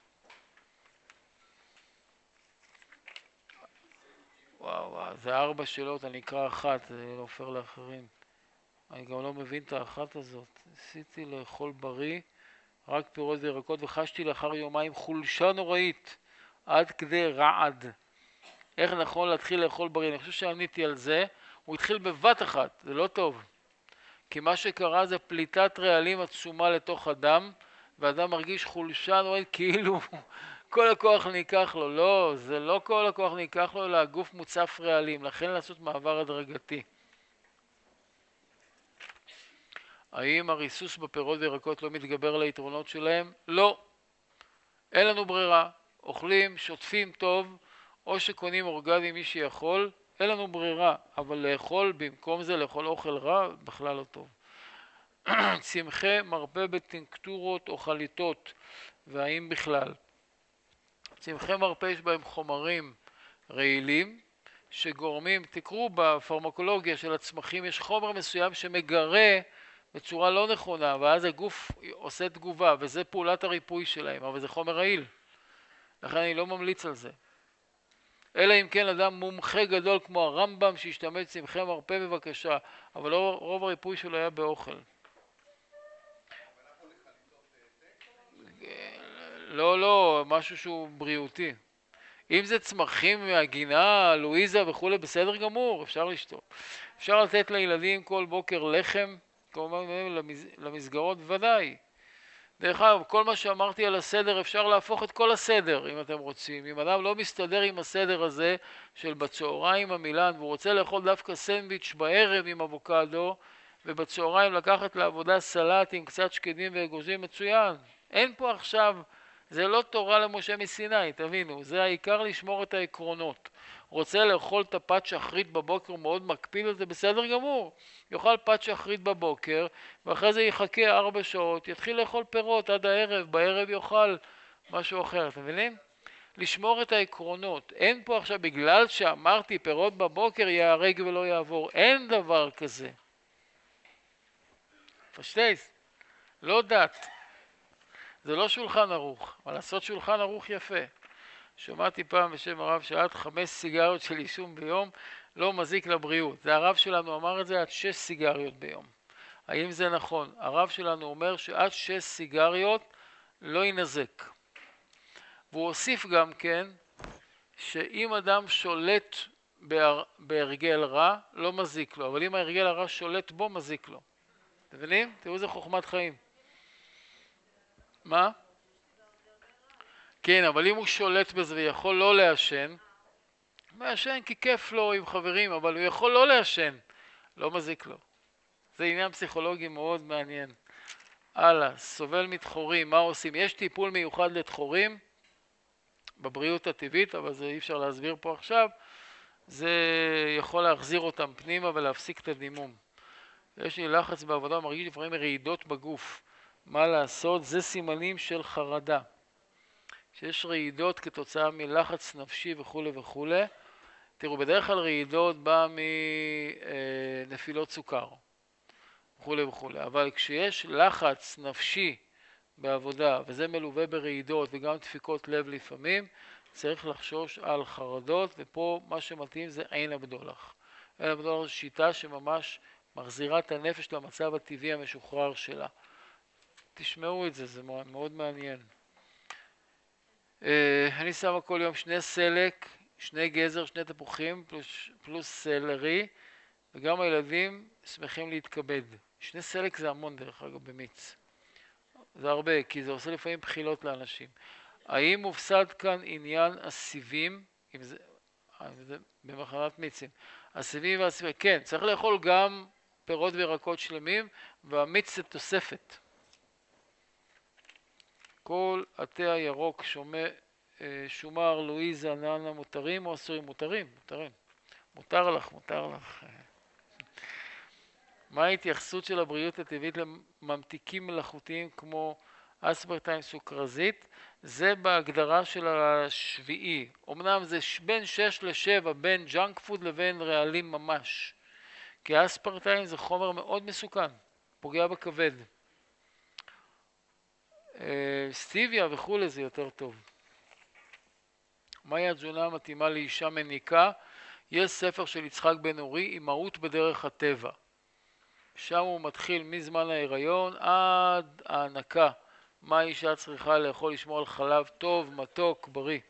וואו, זה 4 שאלות, אני אקרא אחת, זה לא פייר לאחרים. אני גם לא מבין את האחת הזאת. ניסיתי לאכול בריא, רק פירות וירקות, וחשתי לאחר יומיים חולשה נוראית, עד כדי רעד. איך נכון להתחיל לאכול בריא? אני חושב שעניתי על זה. הוא התחיל בבת אחת, זה לא טוב. כי מה שקרה זה פליטת רעלים עצומה לתוך הדם, והאדם מרגיש חולשה נוראית כאילו כל הכוח ניקח לו. לא, זה לא כל הכוח ניקח לו, אלא הגוף מוצף רעלים. לכן לעשות מעבר הדרגתי. האם הריסוס בפירות וירקות לא מתגבר על היתרונות שלהם? לא. אין לנו ברירה. אוכלים, שוטפים טוב, או שקונים אורגני מי שיכול, אין לנו ברירה. אבל לאכול במקום זה, לאכול אוכל רע, בכלל לא טוב. צמחי מרפא בטינקטורות או חליטות, והאם בכלל. צמחי מרפא יש בהם חומרים רעילים, שגורמים, תקראו בפרמקולוגיה של הצמחים, יש חומר מסוים שמגרה בצורה לא נכונה, ואז הגוף עושה תגובה, וזה פעולת הריפוי שלהם, אבל זה חומר רעיל. לכן אני לא ממליץ על זה. אלא אם כן אדם מומחה גדול כמו הרמב"ם שהשתמש צמחי מרפא בבקשה, אבל לא, רוב הריפוי שלו היה באוכל. לא, משהו שהוא בריאותי. אם זה צמחים מהגינה, לואיזה וכו', בסדר גמור, אפשר לשתות. אפשר לתת לילדים כל בוקר לחם, כמובן למסגרות, ודאי. דרך אגב, כל מה שאמרתי על הסדר, אפשר להפוך את כל הסדר, אם אתם רוצים. אם אדם לא מסתדר עם הסדר הזה של בצהריים המילן, והוא רוצה לאכול דווקא סנדוויץ' בערב עם אבוקדו, ובצהריים לקחת לעבודה סלט עם קצת שקדים ואגוזים, מצוין. אין פה עכשיו, זה לא תורה למשה מסיני, תבינו, זה העיקר לשמור את העקרונות. רוצה לאכול את הפת שחרית בבוקר, הוא מאוד מקפיד על זה, בסדר גמור. יאכל פת שחרית בבוקר, ואחרי זה יחכה 4 שעות, יתחיל לאכול פירות עד הערב, בערב יאכל משהו אחר, אתם מבינים? לשמור את העקרונות. אין פה עכשיו, בגלל שאמרתי פירות בבוקר יהרג ולא יעבור, אין דבר כזה. פשטייס, לא דת. זה לא שולחן ערוך, אבל לעשות שולחן ערוך יפה. שמעתי פעם בשם הרב שעד 5 סיגריות של עישון ביום לא מזיק לבריאות. זה הרב שלנו אמר את זה, עד 6 סיגריות ביום. האם זה נכון? הרב שלנו אומר שעד 6 סיגריות לא ינזק. והוא הוסיף גם כן שאם אדם שולט בהרגל רע, לא מזיק לו. אבל אם ההרגל הרע שולט בו, מזיק לו. אתם מבינים? תראו איזה חוכמת חיים. מה? כן, אבל אם הוא שולט בזה ויכול לא לעשן, מעשן כי כיף לו עם חברים, אבל הוא יכול לא לעשן, לא מזיק לו. זה עניין פסיכולוגי מאוד מעניין. הלאה, סובל מתחורים, מה עושים? יש טיפול מיוחד לתחורים בבריאות הטבעית, אבל זה אי אפשר להסביר פה עכשיו. זה יכול להחזיר אותם פנימה ולהפסיק את הדימום. יש לי לחץ בעבודה, מרגיש לפעמים רעידות בגוף. מה לעשות? זה סימנים של חרדה. שיש רעידות כתוצאה מלחץ נפשי וכו' וכו'. תראו, בדרך כלל רעידות באה מנפילות סוכר וכו' וכו'. אבל כשיש לחץ נפשי בעבודה, וזה מלווה ברעידות וגם דפיקות לב לפעמים, צריך לחשוש על חרדות, ופה מה שמתאים זה עין הבדולח. עין הבדולח זו שיטה שממש מחזירה את הנפש למצב הטבעי המשוחרר שלה. תשמעו את זה, זה מאוד מעניין. אני שמה כל יום 2 סלק, 2 גזר, 2 תפוחים, פלוס סלרי, וגם הילדים שמחים להתכבד. 2 סלק זה המון דרך אגב במיץ. זה הרבה, כי זה עושה לפעמים בחילות לאנשים. האם מופסד כאן עניין הסיבים, אם זה במחנת מיצים, הסיבים והסיבים, כן, צריך לאכול גם פירות וירקות שלמים, והמיץ זה תוספת. כל התה הירוק, שומר, לואיזה, ננה, מותרים או אסורים? מותרים. מותר לך. מה ההתייחסות של הבריאות הטבעית לממתיקים מלאכותיים כמו אספרטיים סוכרזית? זה בהגדרה של השביעי. אמנם זה בין 6 ל-7, בין ג'אנק פוד לבין רעלים ממש. כי אספרטיים זה חומר מאוד מסוכן, פוגע בכבד. סטיביה וכולי זה יותר טוב. מהי התזונה המתאימה לאישה מניקה? יש ספר של יצחק בן אורי, אימהות בדרך הטבע. שם הוא מתחיל מזמן ההיריון עד ההנקה. מה האישה צריכה לאכול, לשמור על חלב טוב, מתוק, בריא.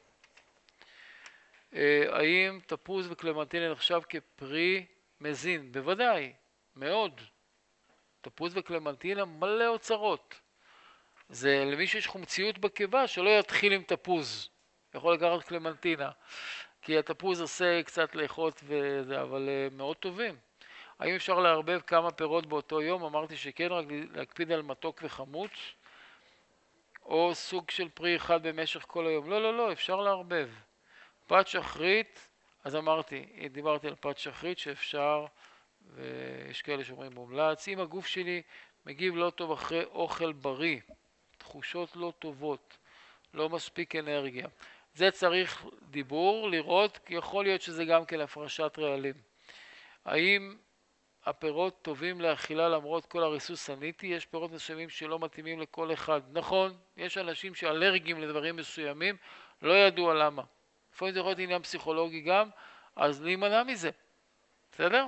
האם תפוז וקלמנטינה נחשב כפרי מזין? בוודאי, מאוד. תפוז וקלמנטינה מלא אוצרות. זה למי שיש חומציות בקיבה שלא יתחיל עם תפוז. יכול לקחת קלמנטינה. כי התפוז עושה קצת לאכות וזה, אבל מאוד טובים. האם אפשר לערבב כמה פירות באותו יום? אמרתי שכן, רק להקפיד על מתוק וחמוץ. או סוג של פרי אחד במשך כל היום. לא, לא, לא, אפשר לערבב. פת שחרית, אז דיברתי על פת שחרית שאפשר, ויש כאלה שאומרים מומלץ. אם הגוף שלי מגיב לא טוב אחרי אוכל בריא, תחושות לא טובות, לא מספיק אנרגיה. זה צריך דיבור, לראות, כי יכול להיות שזה גם כן הפרשת רעלים. האם הפירות טובים לאכילה למרות כל הריסוס הניטי? יש פירות מסוימים שלא מתאימים לכל אחד. נכון, יש אנשים שאלרגיים לדברים מסוימים, לא ידוע למה. לפעמים זה יכול להיות עניין פסיכולוגי גם, אז להימנע מזה. בסדר?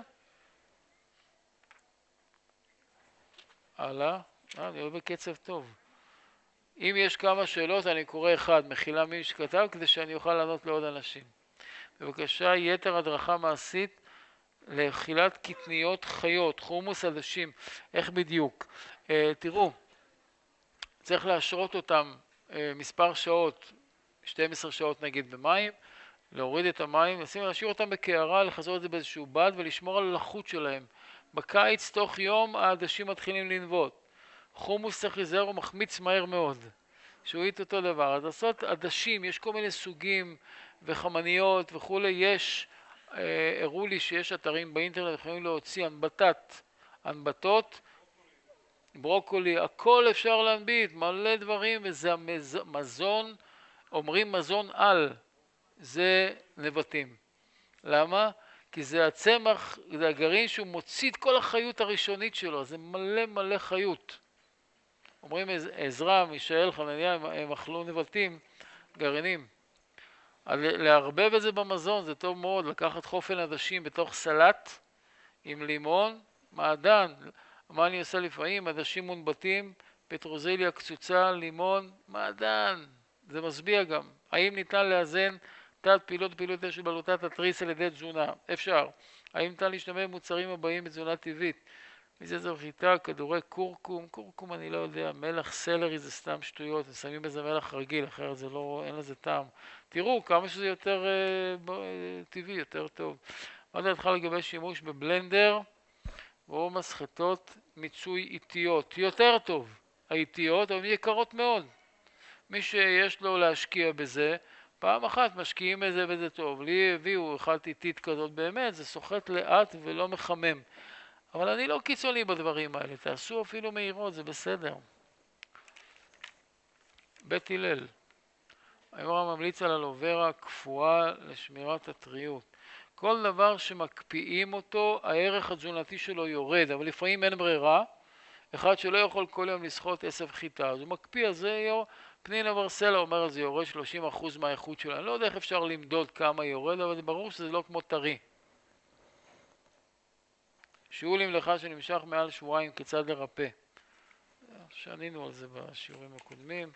הלאה. אני אוהב בקצב טוב. אם יש כמה שאלות, אני קורא אחד, מחילה מי שכתב, כדי שאני אוכל לענות לעוד אנשים. בבקשה, יתר הדרכה מעשית לאכילת קטניות חיות, חומוס עדשים. איך בדיוק? תראו, צריך להשרות אותם מספר שעות, 12 שעות נגיד במים, להוריד את המים, להשאיר אותם בקערה, לחזור את זה באיזשהו בד ולשמור על הלחות שלהם. בקיץ תוך יום העדשים מתחילים לנבוט. חומוס צריך להיזהר, הוא מחמיץ מהר מאוד. שהוא יית אותו דבר. אז לעשות עדשים, יש כל מיני סוגים וחמניות וכולי, יש, הראו לי שיש אתרים באינטרנט, יכולים להוציא הנבטות, ברוקולי, הכל אפשר להנביט, מלא דברים, וזה מזון, אומרים מזון על, זה נבטים. למה? כי זה הצמח, זה הגרעין שהוא מוציא את כל החיות הראשונית שלו, זה מלא מלא חיות. אומרים עזרא, מישאל, חנניה, הם אכלו נבטים, גרעינים. להרבב את זה במזון, זה טוב מאוד, לקחת חופן עדשים בתוך סלט עם לימון, מעדן. מה אני עושה לפעמים? עדשים מונבטים, פטרוזיליה קצוצה, לימון, מעדן. זה משביע גם. האם ניתן לאזן תת פעילות של בלוטת התריס על ידי תזונה? אפשר. האם ניתן להשתמש במוצרים הבאים בתזונה טבעית? מזה זו חיטה, כדורי קורקום, קורקום אני לא יודע, מלח סלרי זה סתם שטויות, שמים בזה מלח רגיל, אחרת זה לא, אין לזה טעם. תראו כמה שזה יותר טבעי, יותר טוב. מה דעתך לגבי שימוש בבלנדר או מסחטות מיצוי איטיות? יותר טוב, האיטיות, אבל הן יקרות מאוד. מי שיש לו להשקיע בזה, פעם אחת משקיעים בזה וזה טוב. לי הביאו, אכלתי איטית כזאת באמת, זה סוחט לאט ולא מחמם. אבל אני לא קיצוני בדברים האלה, תעשו אפילו מהירות, זה בסדר. בית הלל, האמרה ממליץ על אלוברה קפואה לשמירת הטריות. כל דבר שמקפיאים אותו, הערך התזונתי שלו יורד, אבל לפעמים אין ברירה. אחד שלא יכול כל יום לסחוט עשב חיטה, אז הוא מקפיא, אז זה פנינה ורסלה אומרת, זה יורד 30% מהאיכות שלו. אני לא יודע איך אפשר למדוד כמה יורד, אבל זה ברור שזה לא כמו טרי. שיעול למלאכה שנמשך מעל שבועיים, כיצד לרפא? שענינו על זה בשיעורים הקודמים.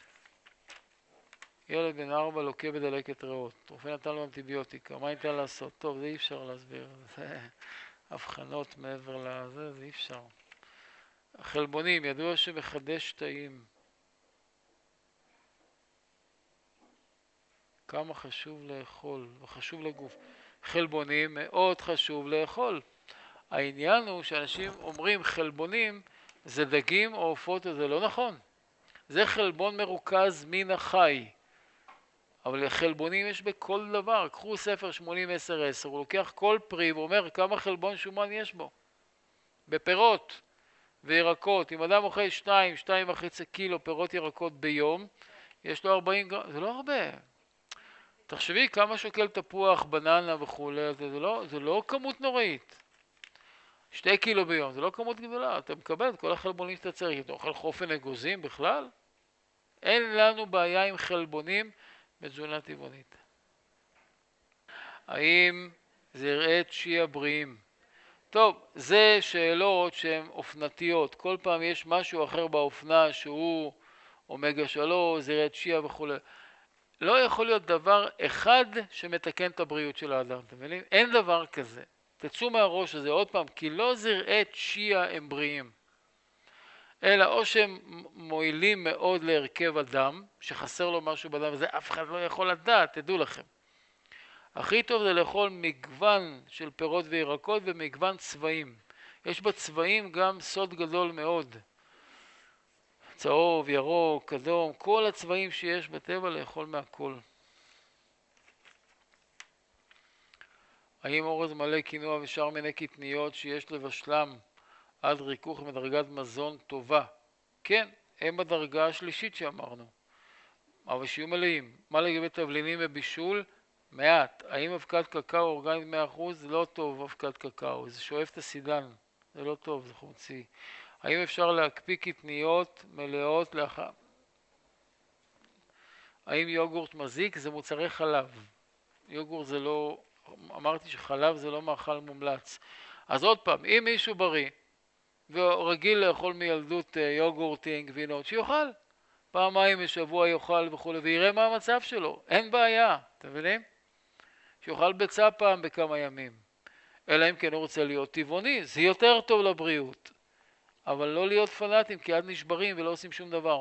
ילד בן 4 לוקה בדלקת ריאות. רופא נתן לו אנטיביוטיקה. מה ניתן לעשות? טוב, זה אי אפשר להסביר. זה הבחנות מעבר לזה, זה אי אפשר. החלבונים, ידוע שמחדש תאים. כמה חשוב לאכול, וחשוב לגוף. חלבונים מאוד חשוב לאכול. העניין הוא שאנשים אומרים חלבונים זה דגים או עופות, זה לא נכון. זה חלבון מרוכז מן החי. אבל חלבונים יש בכל דבר. קחו ספר 80-10-10, הוא לוקח כל פרי ואומר כמה חלבון שומן יש בו. בפירות וירקות, אם אדם אוכל 2.5 קילו פירות ירקות ביום, יש לו 40 גרם, זה לא הרבה. תחשבי כמה שוקל תפוח, בננה וכו', זה לא כמות נוראית. 2 קילו ביום, זה לא כמות גדולה, אתה מקבל את כל החלבונים שאתה צריך. אתה אוכל חופן אגוזים בכלל? אין לנו בעיה עם חלבונים בתזונה טבעונית. האם זרעי תשיעה בריאים? טוב, זה שאלות שהן אופנתיות. כל פעם יש משהו אחר באופנה שהוא אומגה 3, זרעי תשיעה וכו'. לא יכול להיות דבר אחד שמתקן את הבריאות של האדם, אתם מבינים? אין דבר כזה. תצאו מהראש הזה עוד פעם, כי לא זרעי תשיעה הם בריאים. אלא או שהם מועילים מאוד להרכב הדם, שחסר לו משהו בדם, וזה אף אחד לא יכול לדעת, תדעו לכם. הכי טוב זה לאכול מגוון של פירות וירקות ומגוון צבעים. יש בצבעים גם סוד גדול מאוד. צהוב, ירוק, אדום, כל הצבעים שיש בטבע לאכול מהכל. האם אורז מלא קינוע ושאר מיני קטניות שיש לבשלם עד ריכוך מדרגת מזון טובה? כן, הם בדרגה השלישית שאמרנו. אבל שיהיו מלאים. מה לגבי תבלינים ובישול? מעט. האם אבקת קקאו אורגנית 100%? זה לא טוב אבקת קקאו, זה שואף את הסידן. זה לא טוב, זה חומצי. האם אפשר להקפיא קטניות מלאות לאחר? האם יוגורט מזיק? זה מוצרי חלב. יוגורט זה לא, אמרתי שחלב זה לא מאכל מומלץ. אז עוד פעם, אם מישהו בריא ורגיל לאכול מילדות יוגורטים, גבינות, שיאכל. פעמיים בשבוע יאכל וכו', ויראה מה המצב שלו. אין בעיה, אתם מבינים? שיאכל ביצה פעם בכמה ימים. אלא אם כן הוא רוצה להיות טבעוני, זה יותר טוב לבריאות. אבל לא להיות פנאטים, כי עד נשברים ולא עושים שום דבר.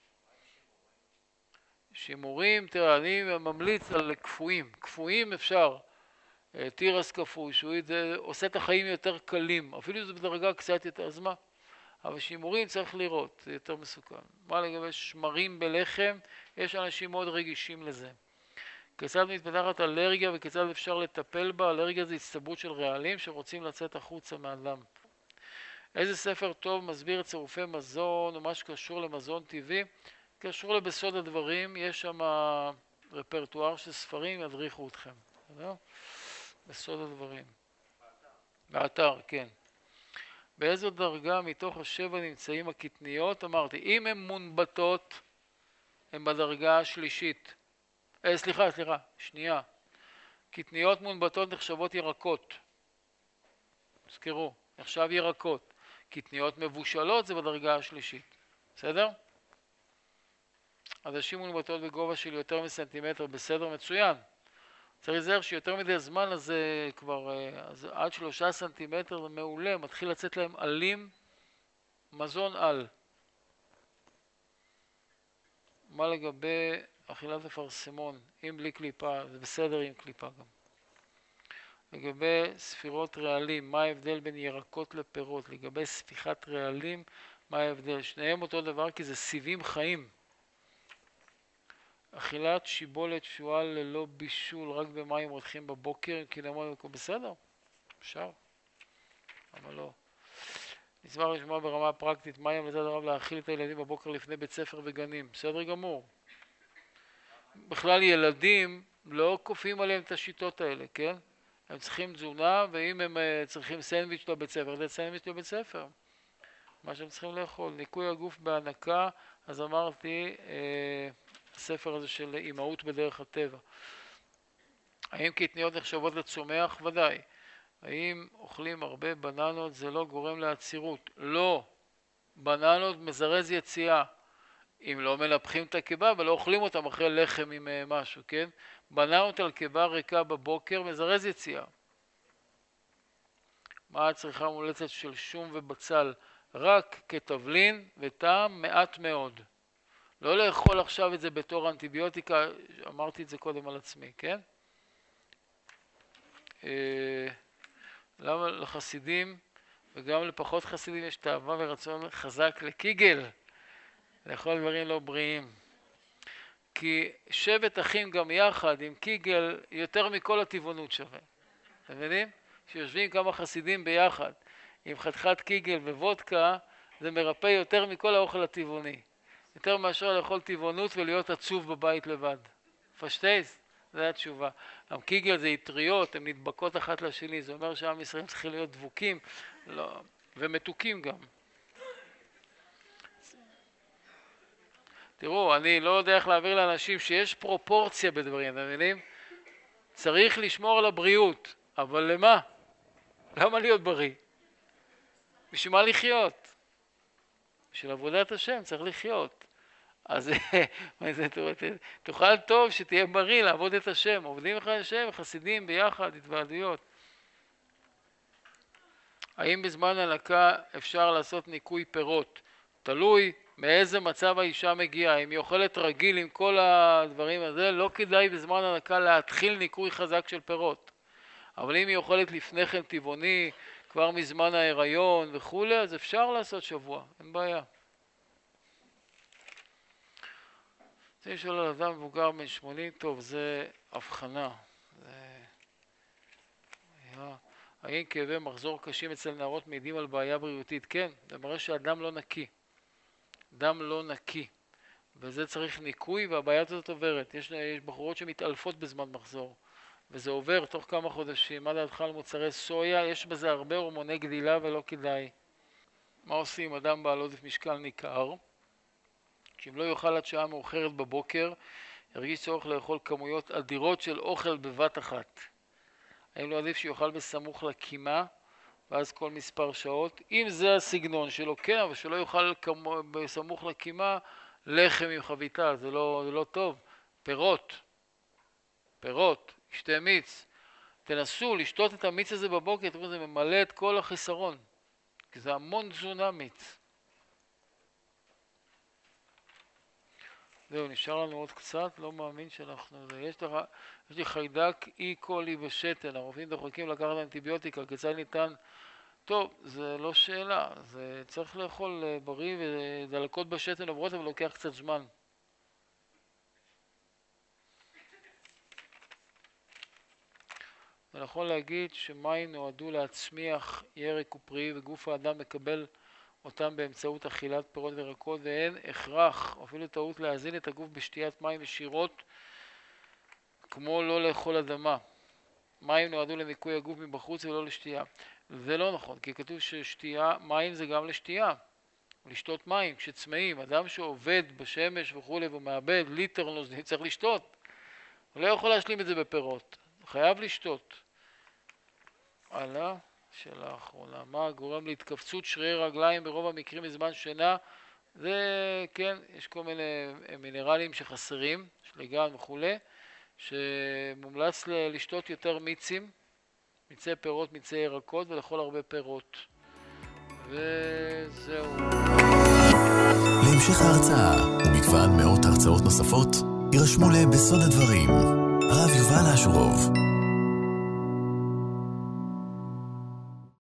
שימורים, תראה, אני ממליץ על קפואים. קפואים אפשר. תירס קפוי, שהוא עושה את החיים יותר קלים. אפילו זה בדרגה קצת יותר, אז מה? אבל שימורים צריך לראות, זה יותר מסוכן. מה לגבי שמרים בלחם? יש אנשים מאוד רגישים לזה. כיצד מתפתחת אלרגיה וכיצד אפשר לטפל בה? אלרגיה זה הצטברות של רעלים שרוצים לצאת החוצה מהדם. איזה ספר טוב מסביר את צירופי מזון או מה שקשור למזון טבעי? קשור לבסוד הדברים, יש שם רפרטואר של ספרים, ידריכו אתכם. בסוד הדברים. באתר, כן. באיזו דרגה מתוך השבע נמצאים הקטניות? אמרתי, אם הן מונבטות, הן בדרגה השלישית. סליחה, שנייה. קטניות מונבטות נחשבות ירקות. תזכרו, נחשב ירקות. קטניות מבושלות זה בדרגה השלישית. בסדר? עדשים מונבטות בגובה של יותר מסנטימטר, בסדר, מצוין. צריך לזהר שיותר מדי זמן אז כבר אז עד 3 סנטימטר זה מעולה, מתחיל לצאת להם עלים, מזון על. מה לגבי אכילת אפרסמון, עם בלי קליפה, זה בסדר עם קליפה גם. לגבי ספירות רעלים, מה ההבדל בין ירקות לפירות? לגבי ספיחת רעלים, מה ההבדל? שניהם אותו דבר כי זה סיבים חיים. אכילת שיבולת שועל ללא בישול, רק במים רותחים בבוקר, כי למוד בסדר, אפשר, אבל לא. נשמח לשמוע ברמה הפרקטית, מה המלצת הרב להאכיל את הילדים בבוקר לפני בית ספר וגנים? בסדר גמור. בכלל ילדים לא כופים עליהם את השיטות האלה, כן? הם צריכים תזונה, ואם הם צריכים סנדוויץ' לבית ספר, זה סנדוויץ' לבית ספר. מה שהם צריכים לאכול. ניקוי הגוף בהנקה, אז אמרתי, הספר הזה של אימהות בדרך הטבע. האם קטניות נחשבות לצומח? ודאי. האם אוכלים הרבה בננות זה לא גורם לעצירות? לא. בננות מזרז יציאה. אם לא מנפחים את הקיבה ולא אוכלים אותם אחרי לחם עם משהו, כן? בננות על קיבה ריקה בבוקר מזרז יציאה. מה הצריכה מומלצת של שום ובצל? רק כתבלין וטעם מעט מאוד. לא לאכול עכשיו את זה בתור אנטיביוטיקה, אמרתי את זה קודם על עצמי, כן? למה לחסידים וגם לפחות חסידים יש תאווה ורצון חזק לקיגל, לאכול דברים לא בריאים? כי שבט אחים גם יחד עם קיגל יותר מכל הטבעונות שווה. אתם מבינים? שיושבים כמה חסידים ביחד. עם חתיכת קיגל ווודקה, זה מרפא יותר מכל האוכל הטבעוני. יותר מאשר לאכול טבעונות ולהיות עצוב בבית לבד. פשטייס, זו התשובה. הקיגל זה יטריות, הן נדבקות אחת לשני, זה אומר שעם ישראל צריכים להיות דבוקים לא, ומתוקים גם. תראו, אני לא יודע איך להעביר לאנשים שיש פרופורציה בדברים, אתם מבינים? צריך לשמור על הבריאות, אבל למה? למה להיות בריא? בשביל מה לחיות? בשביל עבודת השם צריך לחיות. אז תאכל טוב שתהיה בריא לעבוד את השם. עובדים לך השם, חסידים ביחד, התוועדויות. האם בזמן הנקה אפשר לעשות ניקוי פירות? תלוי מאיזה מצב האישה מגיעה. אם היא אוכלת רגיל עם כל הדברים הזה, לא כדאי בזמן הנקה להתחיל ניקוי חזק של פירות. אבל אם היא אוכלת לפני כן טבעוני, כבר מזמן ההיריון וכו', אז אפשר לעשות שבוע, אין בעיה. זה לשאול על אדם מבוגר בן 80, טוב, זה הבחנה. האם כאבי מחזור קשים אצל נערות מעידים על בעיה בריאותית? כן, זה מראה שהדם לא נקי. דם לא נקי. וזה צריך ניקוי והבעיה הזאת עוברת. יש בחורות שמתעלפות בזמן מחזור. וזה עובר תוך כמה חודשים. מה דעתך על מוצרי סויה? יש בזה הרבה הורמוני גדילה ולא כדאי. מה עושים? אדם בעל עודף משקל ניכר. שאם לא יאכל עד שעה מאוחרת בבוקר, ירגיש צורך לאכול כמויות אדירות של אוכל בבת אחת. האם לא עדיף שיאכל בסמוך לקימה, ואז כל מספר שעות? אם זה הסגנון שלו, כן, אבל שלא יאכל בסמוך לקימה לחם עם חביתה, זה לא טוב. פירות, ישתה מיץ. תנסו לשתות את המיץ הזה בבוקר, זה ממלא את כל החיסרון, כי זה המון תזונה מיץ. זהו, נשאר לנו עוד קצת, לא מאמין שאנחנו... יש לי חיידק אי-קולי בשתן, הרופאים דוחקים לקחת אנטיביוטיקה, כיצד ניתן? טוב, זה לא שאלה, זה צריך לאכול בריא ודלקות בשתן עוברות, אבל לוקח קצת זמן. זה נכון להגיד שמים נועדו להצמיח ירק ופרי, וגוף האדם מקבל אותם באמצעות אכילת פירות וירקות, ואין הכרח, אפילו טעות להזין את הגוף בשתיית מים ישירות, כמו לא לאכול אדמה. מים נועדו לניקוי הגוף מבחוץ ולא לשתייה. זה לא נכון, כי כתוב ששתייה, מים זה גם לשתייה. לשתות מים, כשצמאים, אדם שעובד בשמש וכו' ומאבד ליטר נוזלים, צריך לשתות. הוא לא יכול להשלים את זה בפירות, חייב לשתות. הלאה. שאלה האחרונה, מה גורם להתכווצות שרירי רגליים ברוב המקרים בזמן שינה? זה, כן, יש כל מיני מינרלים שחסרים, שלגן וכו', שמומלץ לשתות יותר מיצים, מיצי פירות, מיצי ירקות, ולאכול הרבה פירות. וזהו. להמשך ההרצאה ומגוון מאות הרצאות נוספות, יירשמו לבסוד הדברים. הרב יובל אשרוב.